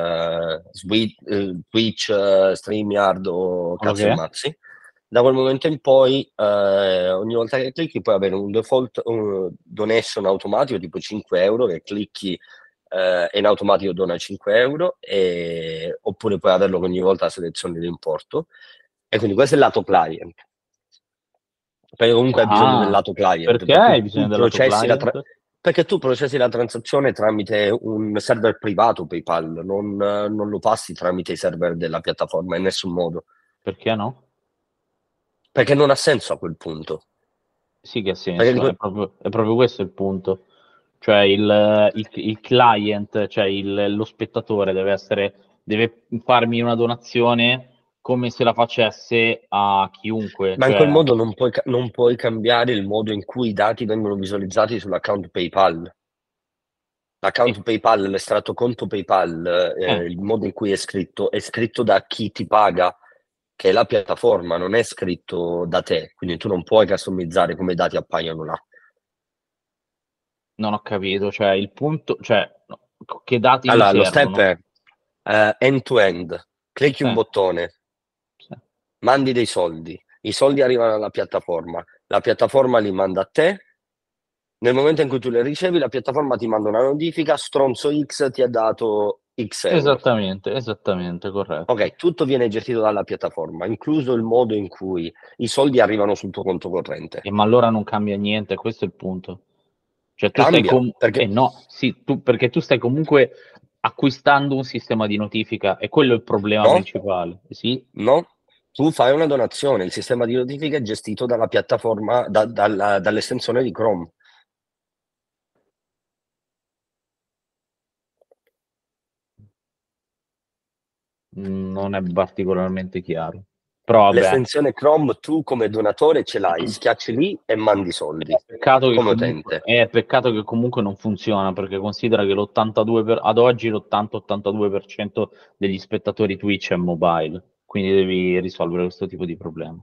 Twitch, StreamYard o cazzo e mazzi. Da quel momento in poi, ogni volta che clicchi puoi avere un default donation automatico tipo 5 euro, che clicchi e in automatico dona 5 euro, oppure puoi averlo ogni volta selezioni l'importo. E quindi questo è il lato client, perché comunque hai bisogno del lato client. Perché hai bisogno del lato client? Perché tu processi la transazione tramite un server privato PayPal, non lo passi tramite i server della piattaforma in nessun modo. Perché no? Perché non ha senso a quel punto. Sì che ha senso, è proprio questo il punto. Cioè il client, cioè lo spettatore deve farmi una donazione come se la facesse a chiunque. Ma in quel modo non puoi cambiare il modo in cui i dati vengono visualizzati sull'account PayPal. L'account PayPal, l'estratto conto PayPal, il modo in cui è scritto da chi ti paga, che è la piattaforma, non è scritto da te, quindi tu non puoi customizzare come i dati appaiono là. Non ho capito, cioè il punto, cioè che dati allora, mi lo servono? step è end-to-end, clicchi un bottone, mandi dei soldi, i soldi arrivano alla piattaforma, la piattaforma li manda a te. Nel momento in cui tu le ricevi, la piattaforma ti manda una notifica: Stronzo X ti ha dato X euro. Esattamente, corretto. Ok, tutto viene gestito dalla piattaforma, incluso il modo in cui i soldi arrivano sul tuo conto corrente. Ma allora non cambia niente, questo è il punto. Cioè tu stai Cambia, perché no, sì, perché tu stai comunque acquistando un sistema di notifica e quello è il problema no, principale. Sì, no, tu fai una donazione, il sistema di notifiche è gestito dalla piattaforma, dall'estensione di Chrome. non è particolarmente chiaro. Però vabbè, L'estensione Chrome tu come donatore ce l'hai, schiacci lì e mandi soldi, come utente. è peccato che comunque non funziona, perché considera che ad oggi l'80-82% degli spettatori Twitch è mobile, quindi devi risolvere questo tipo di problema.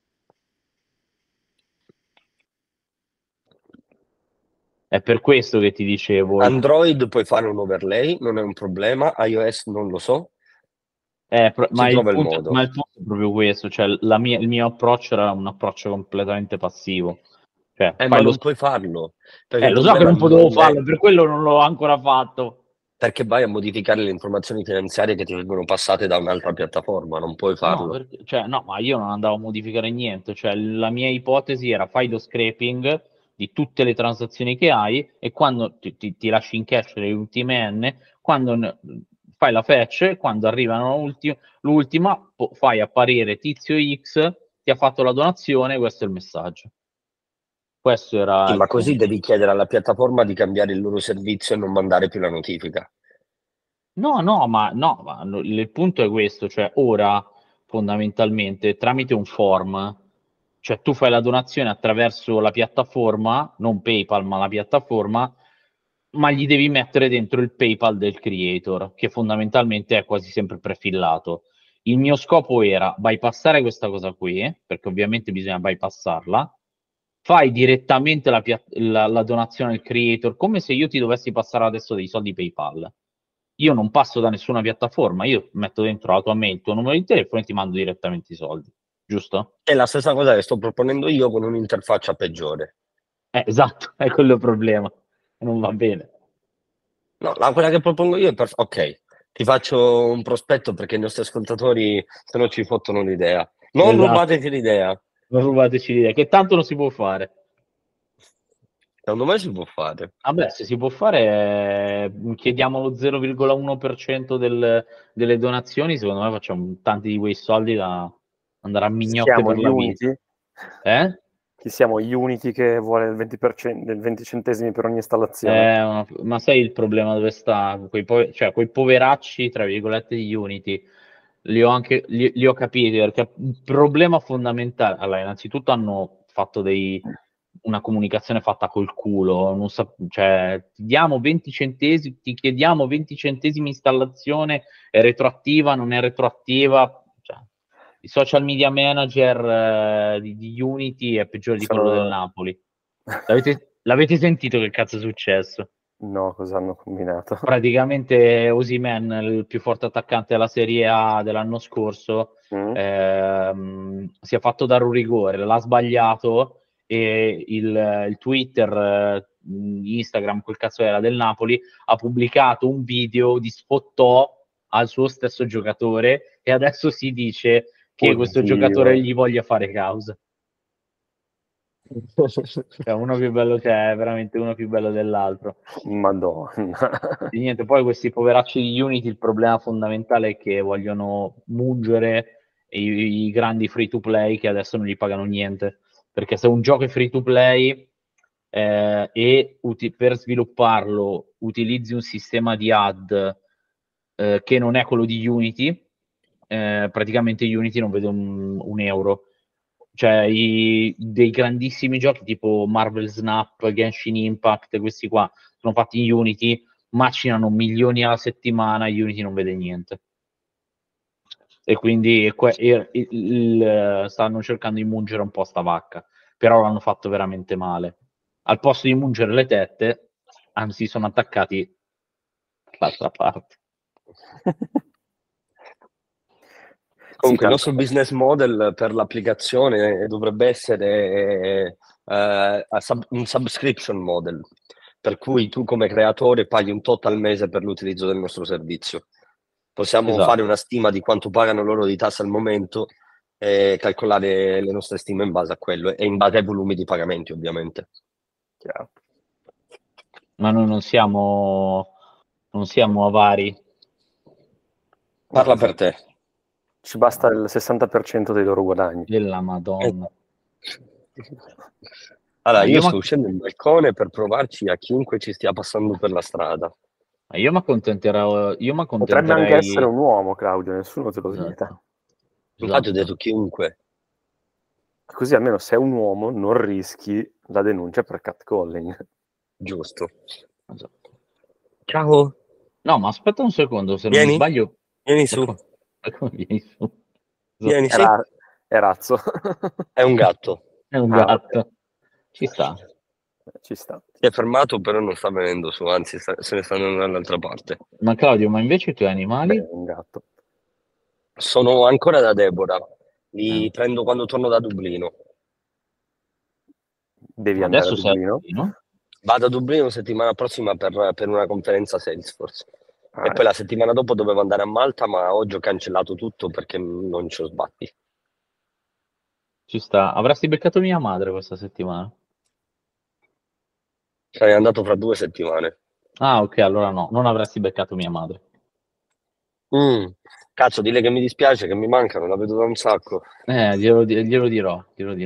È per questo che ti dicevo. Android puoi fare un overlay, non è un problema, iOS non lo so, Ma si il trova il punto, modo. ma il punto è proprio questo, cioè il mio approccio era un approccio completamente passivo. Cioè, Ma non puoi farlo, perché il lo so che problema non potevo non è farlo, per quello non l'ho ancora fatto. perché vai a modificare le informazioni finanziarie che ti vengono passate da un'altra piattaforma, non puoi No, farlo. no, ma io non andavo a modificare niente, cioè la mia ipotesi era fai lo scraping di tutte le transazioni che hai e quando ti lasci in cache le ultime N, quando fai la fetch, quando arrivano l'ultima, fai apparire tizio X, ti ha fatto la donazione, questo è il messaggio. Questo era Sì, il ma così punto. devi chiedere alla piattaforma di cambiare il loro servizio e non mandare più la notifica. No, il punto è questo, cioè ora fondamentalmente tramite un form, cioè tu fai la donazione attraverso la piattaforma, non PayPal ma la piattaforma, ma gli devi mettere dentro il PayPal del creator, che fondamentalmente è quasi sempre prefillato. Il mio scopo era bypassare questa cosa qui, perché ovviamente bisogna bypassarla, fai direttamente la donazione al creator, come se io ti dovessi passare adesso dei soldi PayPal. Io non passo da nessuna piattaforma, io metto dentro la tua mail, il tuo numero di telefono e ti mando direttamente i soldi, giusto? È la stessa cosa che sto proponendo io con un'interfaccia peggiore. Esatto, è quello il problema. Non va bene. No, quella che propongo io è ok, ti faccio un prospetto perché i nostri ascoltatori se no ci fottono l'idea. Non Esatto, rubateci l'idea. non rubateci l'idea, che tanto non si può fare. Secondo me si può fare. Vabbè, se si può fare, chiediamo lo 0,1% delle donazioni, secondo me facciamo tanti di quei soldi da andare a mignotte Siamo per la vita. Unity? Chi siamo? Unity che vuole il 20%, del 20 centesimi per ogni installazione. Ma sai il problema dove sta? Quei poveracci, tra virgolette, di Unity, li ho capiti, perché il problema fondamentale, allora, innanzitutto hanno fatto una comunicazione fatta col culo, cioè ti diamo 20 centesimi, ti chiediamo 20 centesimi installazione, è retroattiva, non è retroattiva, cioè, il social media manager di Unity è peggiore di quello del Napoli. L'avete sentito che cazzo è successo? No, cosa hanno combinato? Praticamente Osimhen, il più forte attaccante della Serie A dell'anno scorso, si è fatto dare un rigore, l'ha sbagliato e il Twitter, Instagram, quel cazzo era del Napoli, ha pubblicato un video di sfottò al suo stesso giocatore e adesso si dice che questo Oddio. giocatore gli voglia fare causa. Cioè, uno più bello è veramente uno più bello dell'altro. Madonna. E niente, poi questi poveracci di Unity, il problema fondamentale è che vogliono mungere i grandi free to play che adesso non gli pagano niente. Perché se un gioco è free to play e per svilupparlo utilizzi un sistema di ad che non è quello di Unity, praticamente Unity non vede un euro. Cioè, dei grandissimi giochi tipo Marvel Snap, Genshin Impact, questi qua sono fatti in Unity, macinano milioni alla settimana e Unity non vede niente. E quindi stanno cercando di mungere un po' sta vacca, però l'hanno fatto veramente male. Al posto di mungere le tette, anzi sono attaccati dall'altra parte. Comunque, il Tanto nostro business model per l'applicazione dovrebbe essere un subscription model. per cui tu come creatore paghi un tot al mese per l'utilizzo del nostro servizio. Possiamo Esatto. fare una stima di quanto pagano loro di tasse al momento e calcolare le nostre stime in base a quello e in base ai volumi di pagamenti, ovviamente. Chiaro. Ma noi non siamo avari. Parla No, per te. ci basta il 60% dei loro guadagni. Della Madonna. Allora, Ma io io sto ma- uscendo in balcone per provarci a chiunque ci stia passando per la strada. Ma io mi accontenterò. Io mi Potrebbe anche essere accontenterei. un uomo, Claudio, nessuno te lo vieta. Esatto. Infatti ho Esatto. detto chiunque. Così almeno se è un uomo non rischi la denuncia per catcalling. Giusto. Esatto. Ciao, No, ma aspetta un secondo, se non mi vieni, sbaglio. vieni su, Come vieni su? vieni, sì, È razzo. è un gatto. È un Ah, gatto. ok. Ci sta. Ci sta. Si è fermato, però non sta venendo su, anzi se ne sta andando dall'altra parte. Ma Claudio, ma invece i tuoi animali? Beh, è un gatto. Sono ancora da Deborah, li Ah. prendo quando torno da Dublino. Devi Ma andare a adesso sei a Dublino? Dublino? Vado a Dublino settimana prossima per una conferenza Salesforce. Ah, E poi la settimana dopo dovevo andare a Malta, ma oggi ho cancellato tutto perché non ci ho sbatti. Ci sta. Avresti beccato mia madre questa settimana? Sarei andato fra 2 settimane. Ah, ok, allora no, non avresti beccato mia madre. Cazzo, dile che mi dispiace, che mi mancano, la vedo da un sacco. Glielo dirò.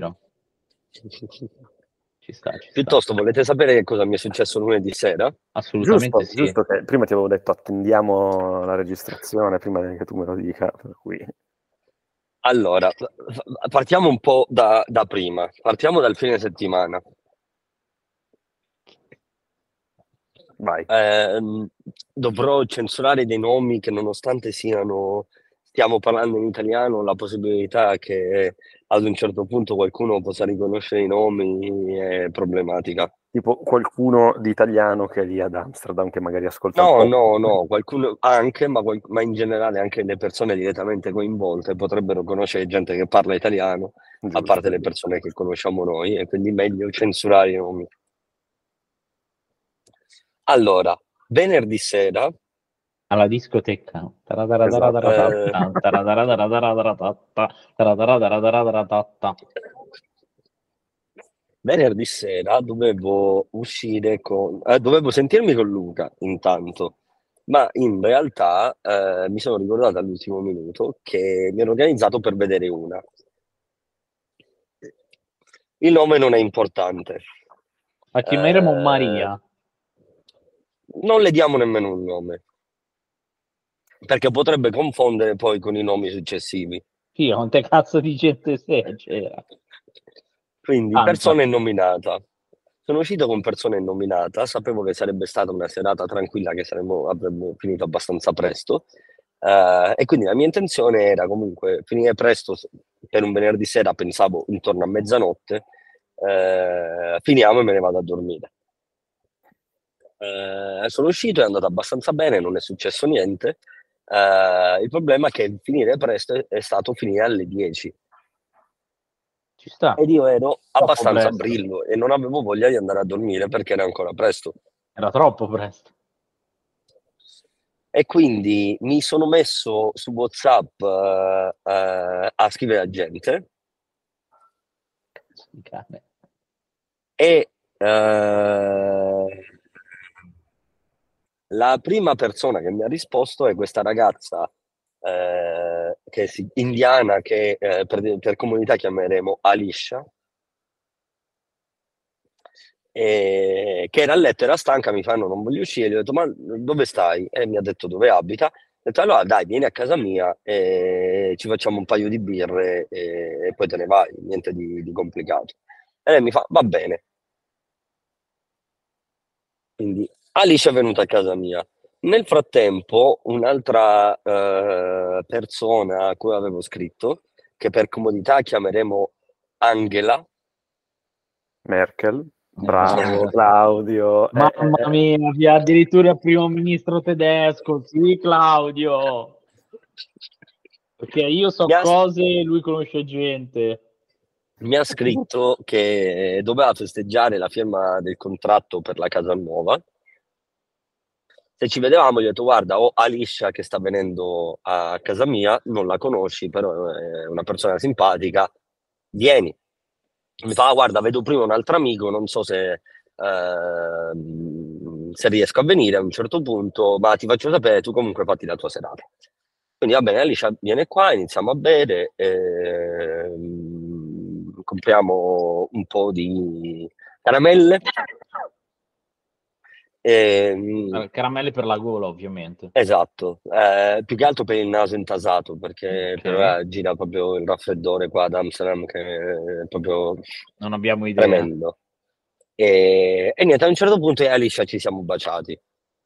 Ci sta. Piuttosto, volete sapere che cosa mi è successo lunedì sera? Assolutamente sì. giusto che prima ti avevo detto attendiamo la registrazione prima che tu me lo dica, per cui Allora, partiamo un po' da prima. Partiamo dal fine settimana. vai. Dovrò censurare dei nomi che nonostante stiamo parlando in italiano, la possibilità che ad un certo punto qualcuno possa riconoscere i nomi è problematica. Tipo qualcuno di italiano che è lì ad Amsterdam che magari ascolta il No, qualcuno anche, ma in generale anche le persone direttamente coinvolte potrebbero conoscere gente che parla italiano, a parte le persone che conosciamo noi, e quindi meglio censurare i nomi. Allora, venerdì sera Alla discoteca. venerdì sera dovevo uscire dovevo sentirmi con Luca intanto, ma in realtà mi sono ricordato all'ultimo minuto che mi ero organizzato per vedere una. Il nome non è importante. La chiameremo Maria. Non le diamo nemmeno un nome, perché potrebbe confondere poi con i nomi successivi. Sì, quante cazzo di gente c'era? Quindi Tanta. persona innominata. Sono uscito con persona innominata, sapevo che sarebbe stata una serata tranquilla, che avremmo finito abbastanza presto, e quindi la mia intenzione era comunque finire presto per un venerdì sera, pensavo intorno a mezzanotte, finiamo e me ne vado a dormire. Sono uscito, è andato abbastanza bene, non è successo niente. Il problema è che finire presto è stato finire alle 10 Ci sta. ed io ero abbastanza presto. brillo e non avevo voglia di andare a dormire perché era ancora presto. Era troppo presto. E quindi mi sono messo su WhatsApp a scrivere a gente e la prima persona che mi ha risposto è questa ragazza indiana che per comunità chiameremo Alicia, che era a letto, era stanca, mi fanno non voglio uscire, gli ho detto ma dove stai? E mi ha detto dove abita. Ho detto allora dai, vieni a casa mia e ci facciamo un paio di birre e poi te ne vai, niente di complicato. E lei mi fa va bene. Quindi Alice è venuta a casa mia. Nel frattempo un'altra persona a cui avevo scritto, che per comodità chiameremo Angela. Merkel, bravo Claudio. Mamma mia, addirittura il primo ministro tedesco, sì Claudio. Perché io so cose e lui conosce gente. mi ha scritto che doveva festeggiare la firma del contratto per la casa nuova. Se ci vedevamo, gli ho detto: guarda, ho Alicia che sta venendo a casa mia, non la conosci, però è una persona simpatica, vieni. Mi fa: guarda, vedo prima un altro amico, non so se riesco a venire a un certo punto, ma ti faccio sapere, tu comunque fatti la tua serata. Quindi va bene, Alicia viene qua, iniziamo a bere, compriamo un po' di caramelle. Caramelle per la gola, ovviamente. Esatto, più che altro per il naso intasato, perché per me gira proprio il raffreddore qua ad Amsterdam, che è proprio Non abbiamo idea. tremendo. E niente, a un certo punto io e Alicia ci siamo baciati.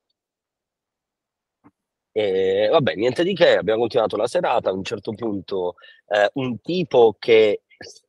E vabbè, niente di che, abbiamo continuato la serata. A un certo punto un tipo che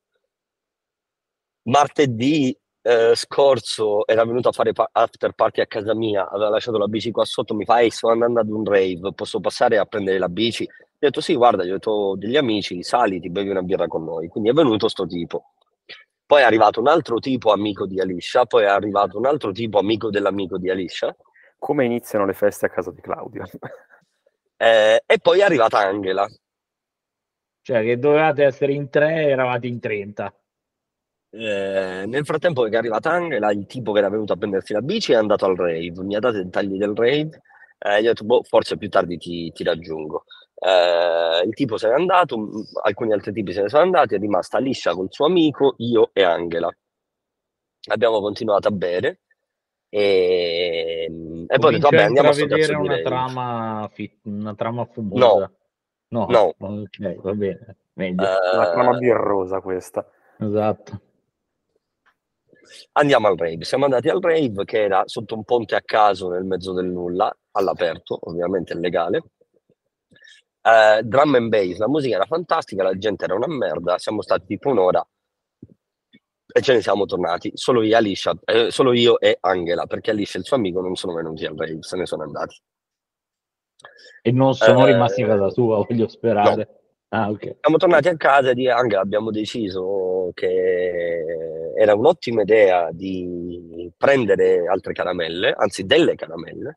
martedì scorso era venuto a fare after party a casa mia, aveva lasciato la bici qua sotto, mi fa: ehi, sto andando ad un rave, posso passare a prendere la bici? Ho detto: sì, guarda, gli ho detto: ho degli amici, sali, ti bevi una birra con noi. Quindi è venuto sto tipo. Poi è arrivato un altro tipo amico di Alicia, poi è arrivato un altro tipo amico dell'amico di Alicia. Come iniziano le feste a casa di Claudio? E poi è arrivata Angela. Cioè, che dovevate essere in 3, eravate in 30. Nel frattempo che è arrivata Angela, il tipo che era venuto a prendersi la bici è andato al rave, mi ha dato i dettagli del rave, gli ho detto: boh, forse più tardi ti raggiungo. Il tipo se n'è andato, alcuni altri tipi se ne sono andati, è rimasta Alicia col suo amico, io e Angela. Abbiamo continuato a bere e poi ho detto: Comincio a vabbè, andiamo a sto cazzo intravedere di una rave. trama No, fumosa. No, no. ok, va bene, meglio. Una trama Eh, birrosa questa. Esatto. Andiamo al rave. Siamo andati al rave che era sotto un ponte a caso nel mezzo del nulla, all'aperto, ovviamente illegale. Drum and bass, la musica era fantastica, la gente era una merda. Siamo stati tipo un'ora e ce ne siamo tornati. Solo io, Alicia, solo io e Angela, perché Alicia e il suo amico non sono venuti al rave, se ne sono andati. E non sono rimasti a Eh, casa tua, voglio no. sperare. Ah, ok. Siamo tornati a casa e di Angela abbiamo deciso che era un'ottima idea di prendere altre caramelle, anzi delle caramelle,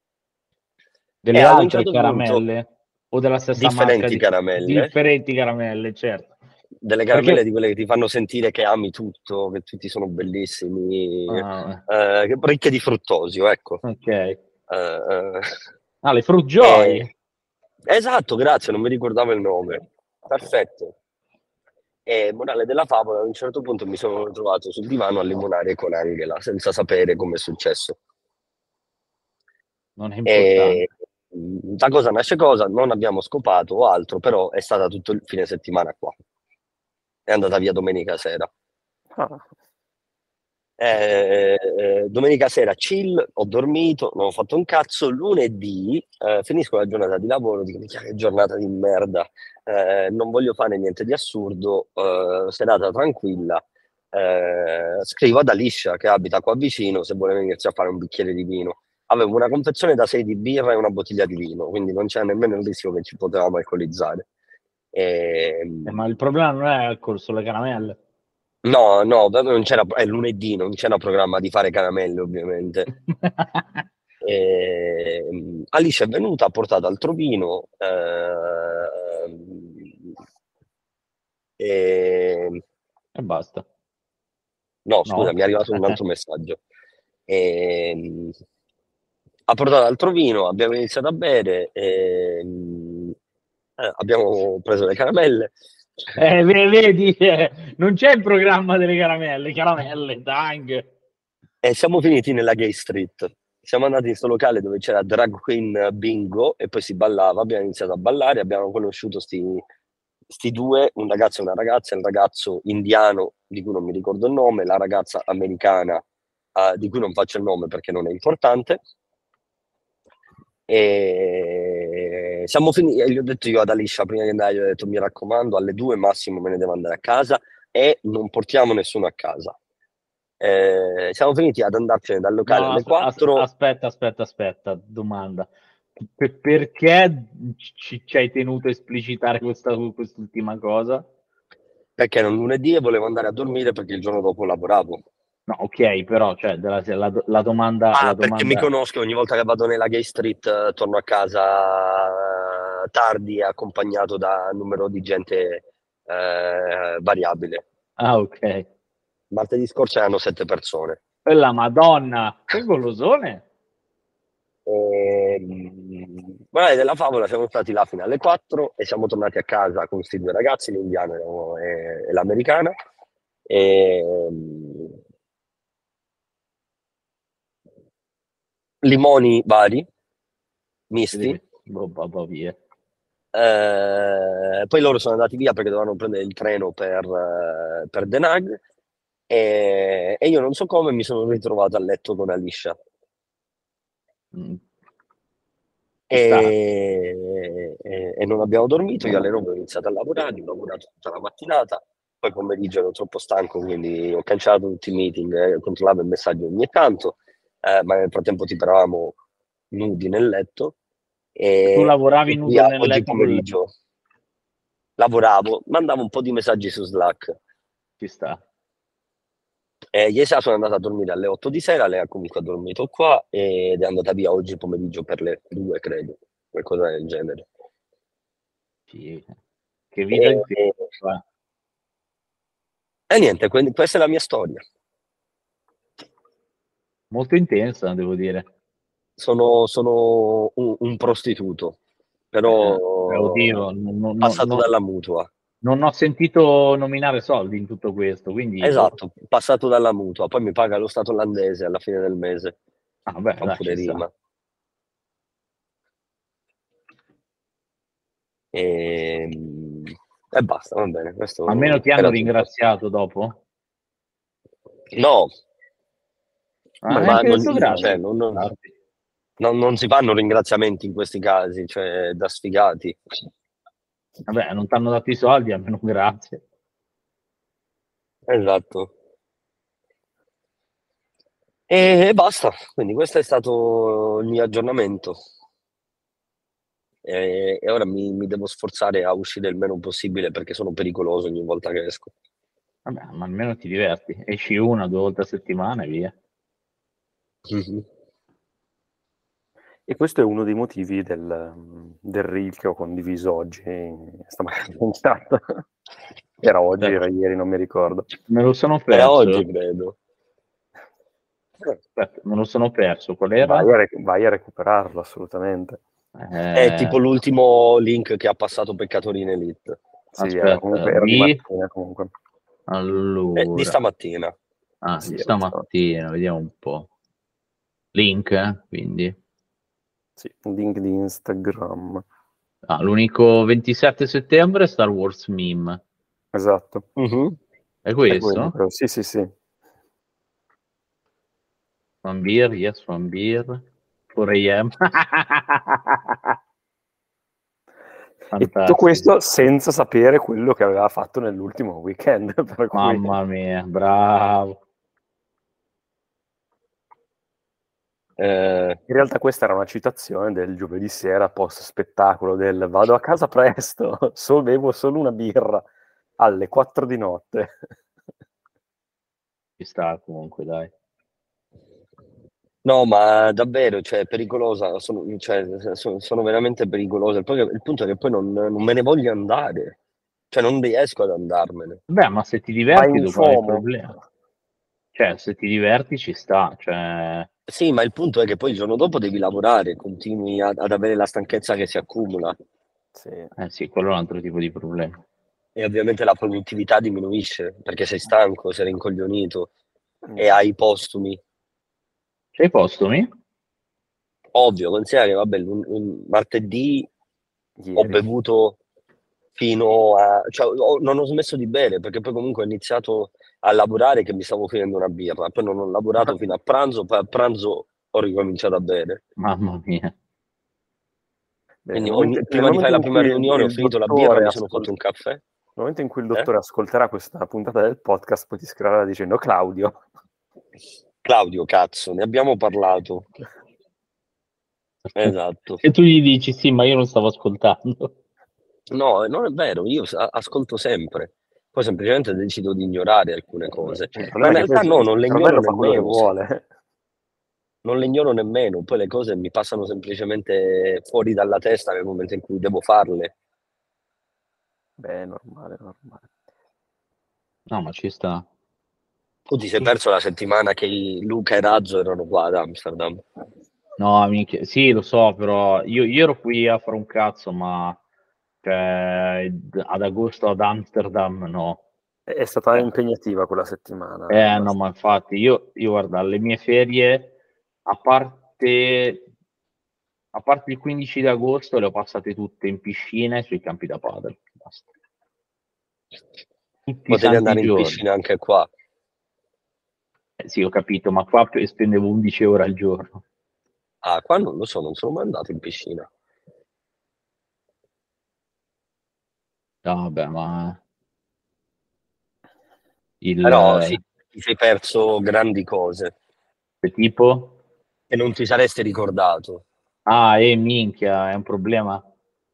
e Delle ad un altre certo punto caramelle o della stessa marca differenti di caramelle, differenti caramelle, certo. delle caramelle Perché di quelle che ti fanno sentire che ami tutto, che tutti sono bellissimi, ah, ricche di fruttosio, ecco. ok. Eh, Le Fruit Joy. eh, esatto, grazie, non mi ricordavo il nome. Perfetto. E morale della favola, a un certo punto mi sono trovato sul divano a limonare con Angela, senza sapere come è successo. Non è E importante. da cosa nasce cosa, non abbiamo scopato o altro, però è stata tutto il fine settimana qua. È andata via domenica sera. Ah, Domenica sera chill, ho dormito, non ho fatto un cazzo. Lunedì finisco la giornata di lavoro, dico: "Minchia, che giornata di merda, non voglio fare niente di assurdo, serata tranquilla. Scrivo ad Alicia che abita qua vicino se vuole venirci a fare un bicchiere di vino. Avevo una confezione da 6 di birra e una bottiglia di vino, quindi non c'era nemmeno il rischio che ci potevamo alcolizzare. Ma il problema non è il corso le caramelle. No, no, non c'era, è lunedì, non c'era programma di fare caramelle, ovviamente. Alice è venuta, ha portato altro vino, e- E basta. no, scusa, No? mi è arrivato un altro messaggio. Ha portato altro vino, abbiamo iniziato a bere, abbiamo preso le caramelle. Vedi, non c'è il programma delle caramelle, tang. E siamo finiti nella Gay Street. Siamo andati in questo locale dove c'era drag queen bingo e poi si ballava. Abbiamo iniziato a ballare, abbiamo conosciuto sti due, un ragazzo e una ragazza, il ragazzo indiano di cui non mi ricordo il nome, la ragazza americana di cui non faccio il nome perché non è importante. E siamo finiti, e gli ho detto io ad Alicia prima di andare, gli ho detto: mi raccomando, alle 2 massimo me ne devo andare a casa e non portiamo nessuno a casa. Siamo finiti ad andarcene dal locale No, alle 4. aspetta, domanda. Perché ci hai tenuto a esplicitare quest'ultima cosa? perché era un lunedì e volevo andare a dormire perché il giorno dopo lavoravo. No, ok, però cioè, la domanda... La Perché mi domanda... conosco, ogni volta che vado nella Gay Street torno a casa tardi, accompagnato da un numero di gente variabile. Ah, ok. Martedì scorso erano 7 persone. Quella Madonna, che golosone. Guarda, della favola siamo stati là fino alle 4 e siamo tornati a casa con questi due ragazzi, l'indiano e l'americana. Limoni vari, misti. Via. Poi loro sono andati via perché dovevano prendere il treno per The Nug e io non so come mi sono ritrovato a letto con Alicia. E non abbiamo dormito, io alle 9 ho iniziato a lavorare, ho lavorato tutta la mattinata, poi pomeriggio ero troppo stanco, quindi ho cancellato tutti i meeting, controllavo il messaggio ogni tanto, ma nel frattempo tipo eravamo nudi nel letto. Tu lavoravi E qui nudo nel oggi letto con lei? pomeriggio lavoravo, mandavo un po' di messaggi su Slack. Ci sta. Ieri sera sono andato a dormire alle 8 di sera, lei ha comunque dormito qua ed è andata via oggi pomeriggio per le 2, credo, qualcosa del genere. Sì. Che vita E intensa. niente, quindi questa è la mia storia. Molto intensa, devo dire. Sono un prostituto, però Oddio, passato dalla mutua. non ho sentito nominare soldi in tutto questo, quindi... Esatto, passato dalla mutua, poi mi paga lo Stato olandese alla fine del mese. Ah, beh, Fa dai, pure ci sta. rima. E basta, va bene. Questo Almeno ti hanno era tutto. ringraziato dopo? No, Ah, ma neanche detto grazie. non si fanno ringraziamenti in questi casi, cioè da sfigati. Vabbè, non ti hanno dato i soldi, almeno grazie. Esatto. E basta, quindi questo è stato il mio aggiornamento. E ora mi devo sforzare a uscire il meno possibile perché sono pericoloso ogni volta che esco. Vabbè, ma almeno ti diverti. Esci 1 o 2 volte a settimana e via. Mm-hmm. E questo è uno dei motivi del reel che ho condiviso oggi, stamattina in chat. Era oggi, era ieri, non mi ricordo. Me lo sono perso. Era oggi, credo. Aspetta, me lo sono perso. Qual era? Vai a recuperarlo, assolutamente. È tipo l'ultimo link che ha passato Peccatori in Elite. Sì, aspetta, era di mattina comunque. Allora. Di stamattina. Ah, Sì, stamattina, vediamo un po'. Link, quindi? Sì, un link di Instagram. Ah, l'unico 27 settembre è Star Wars meme. Esatto. Uh-huh. È questo? Sì, sì, sì. One beer, yes, one beer. 4 a.m. E tutto questo senza sapere quello che aveva fatto nell'ultimo weekend. Per cui... Mamma mia, bravo. In realtà questa era una citazione del giovedì sera post spettacolo del vado a casa presto, bevo solo una birra alle 4 di notte. Ci sta comunque, dai. No, ma davvero, cioè, è pericolosa, sono veramente pericolose. Poi, il punto è che poi non me ne voglio andare, cioè non riesco ad andarmene. Beh, ma se ti diverti dopo hai il problema. Cioè, se ti diverti ci sta, cioè... Sì, ma il punto è che poi il giorno dopo devi lavorare, continui ad avere la stanchezza che si accumula. Sì. Sì, quello è un altro tipo di problema. E ovviamente la produttività diminuisce, perché sei stanco, sei rincoglionito e hai i postumi. C'hai i postumi? Ovvio, considera che vabbè, martedì ho bevuto fino a... cioè, non ho smesso di bere, perché poi comunque ho iniziato a lavorare che mi stavo finendo una birra, poi non ho lavorato fino a pranzo, poi a pranzo ho ricominciato a bere. Mamma mia. Quindi prima di fare la prima riunione ho finito la birra, mi sono fatto un caffè. Nel momento in cui il dottore ascolterà questa puntata del podcast, poi ti scriverà dicendo Claudio, cazzo, ne abbiamo parlato. Esatto. E tu gli dici sì, ma io non stavo ascoltando. No, non è vero, io ascolto sempre. Poi semplicemente decido di ignorare alcune cose. Il Ma problema in è che realtà poi no, non il le ignoro cervello fa quello che nemmeno. vuole. Non le ignoro nemmeno, poi le cose mi passano semplicemente fuori dalla testa nel momento in cui devo farle. Beh, è normale, normale. No, ma ci sta. Tu ti sei perso la settimana che Luca e Razzo erano qua ad Amsterdam. No, sì, lo so, però io ero qui a fare un cazzo, ma cioè, ad agosto ad Amsterdam no. È stata impegnativa quella settimana. No, ma infatti io guarda, le mie ferie, a parte il 15 di agosto, le ho passate tutte in piscina e sui campi da padel. Basta. Tutti i Potevi santi andare in giorni. piscina anche qua. Sì, ho capito, ma qua spendevo 11 ore al giorno. Ah, qua non lo so, non sono mai andato in piscina. No, vabbè, ma Però sì, ti sei perso grandi cose tipo? e non ti saresti ricordato. Ah, minchia, è un problema.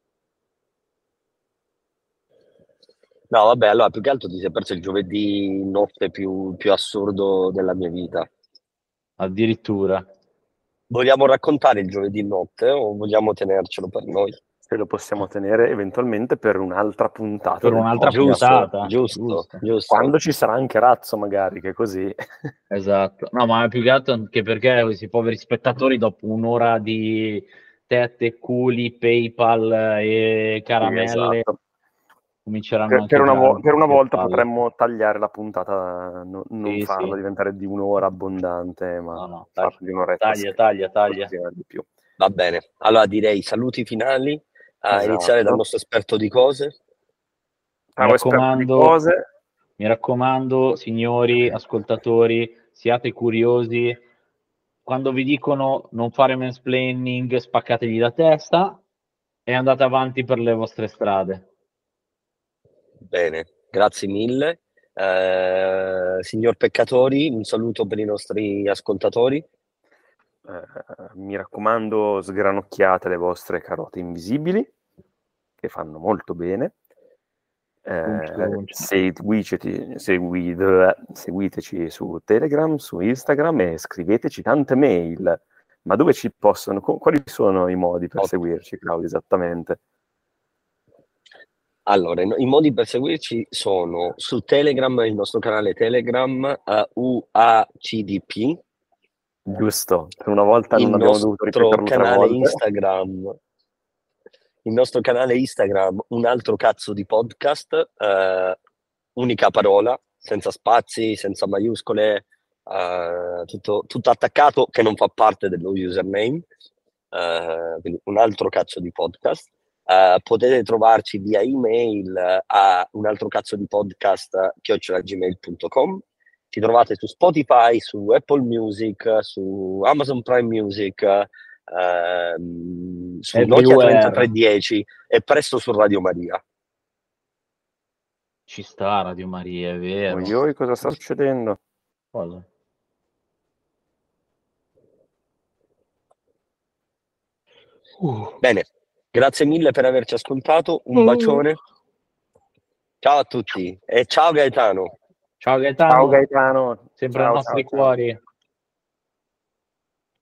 No, vabbè, allora più che altro ti sei perso il giovedì notte più assurdo della mia vita. Addirittura. Vogliamo raccontare il giovedì notte o vogliamo tenercelo per noi? Se lo possiamo tenere eventualmente per un'altra puntata Per del un'altra podcast. puntata. Giusto. Quando ci sarà anche Razzo, magari, che così. Esatto. No, ma più che altro anche perché questi poveri spettatori, dopo un'ora di tette, culi, PayPal e caramelle, Esatto. cominceranno anche Per già a una rompersi le volta palle. potremmo tagliare la puntata, non Sì, farla sì. diventare di un'ora abbondante, ma No, farla di un'oretta taglia. qualcosina di più. Va bene, allora direi saluti finali, a iniziare dal Esatto. nostro esperto di cose. Ciao esperto di cose. Mi raccomando, signori ascoltatori, siate curiosi. Quando vi dicono non fare mansplaining, spaccategli la testa e andate avanti per le vostre strade. Bene, grazie mille. Signor Peccatori, un saluto per i nostri ascoltatori. Mi raccomando, sgranocchiate le vostre carote invisibili, che fanno molto bene. Seguiteci su Telegram, su Instagram e scriveteci tante mail. Ma dove ci possono? Quali sono i modi per seguirci, Claudio, esattamente? Allora, i modi per seguirci sono su Telegram, il nostro canale Telegram, UACDP. Giusto, per una volta non abbiamo dovuto ripeterlo 3 canale volte. Instagram. Il nostro canale Instagram, un altro cazzo di podcast, unica parola, senza spazi, senza maiuscole, tutto attaccato che non fa parte dello username, quindi un altro cazzo di podcast. Potete trovarci via email a un altro cazzo di podcast @gmail.com. Ci trovate su Spotify, su Apple Music, su Amazon Prime Music, su Nokia 3310 e presto su Radio Maria. Ci sta Radio Maria, è vero. Oi, cosa sta succedendo? Cosa? Bene, grazie mille per averci ascoltato, un bacione. Ciao a tutti e ciao Gaetano. Ciao Gaetano. Ciao Gaetano. Sempre ai nostri cuori.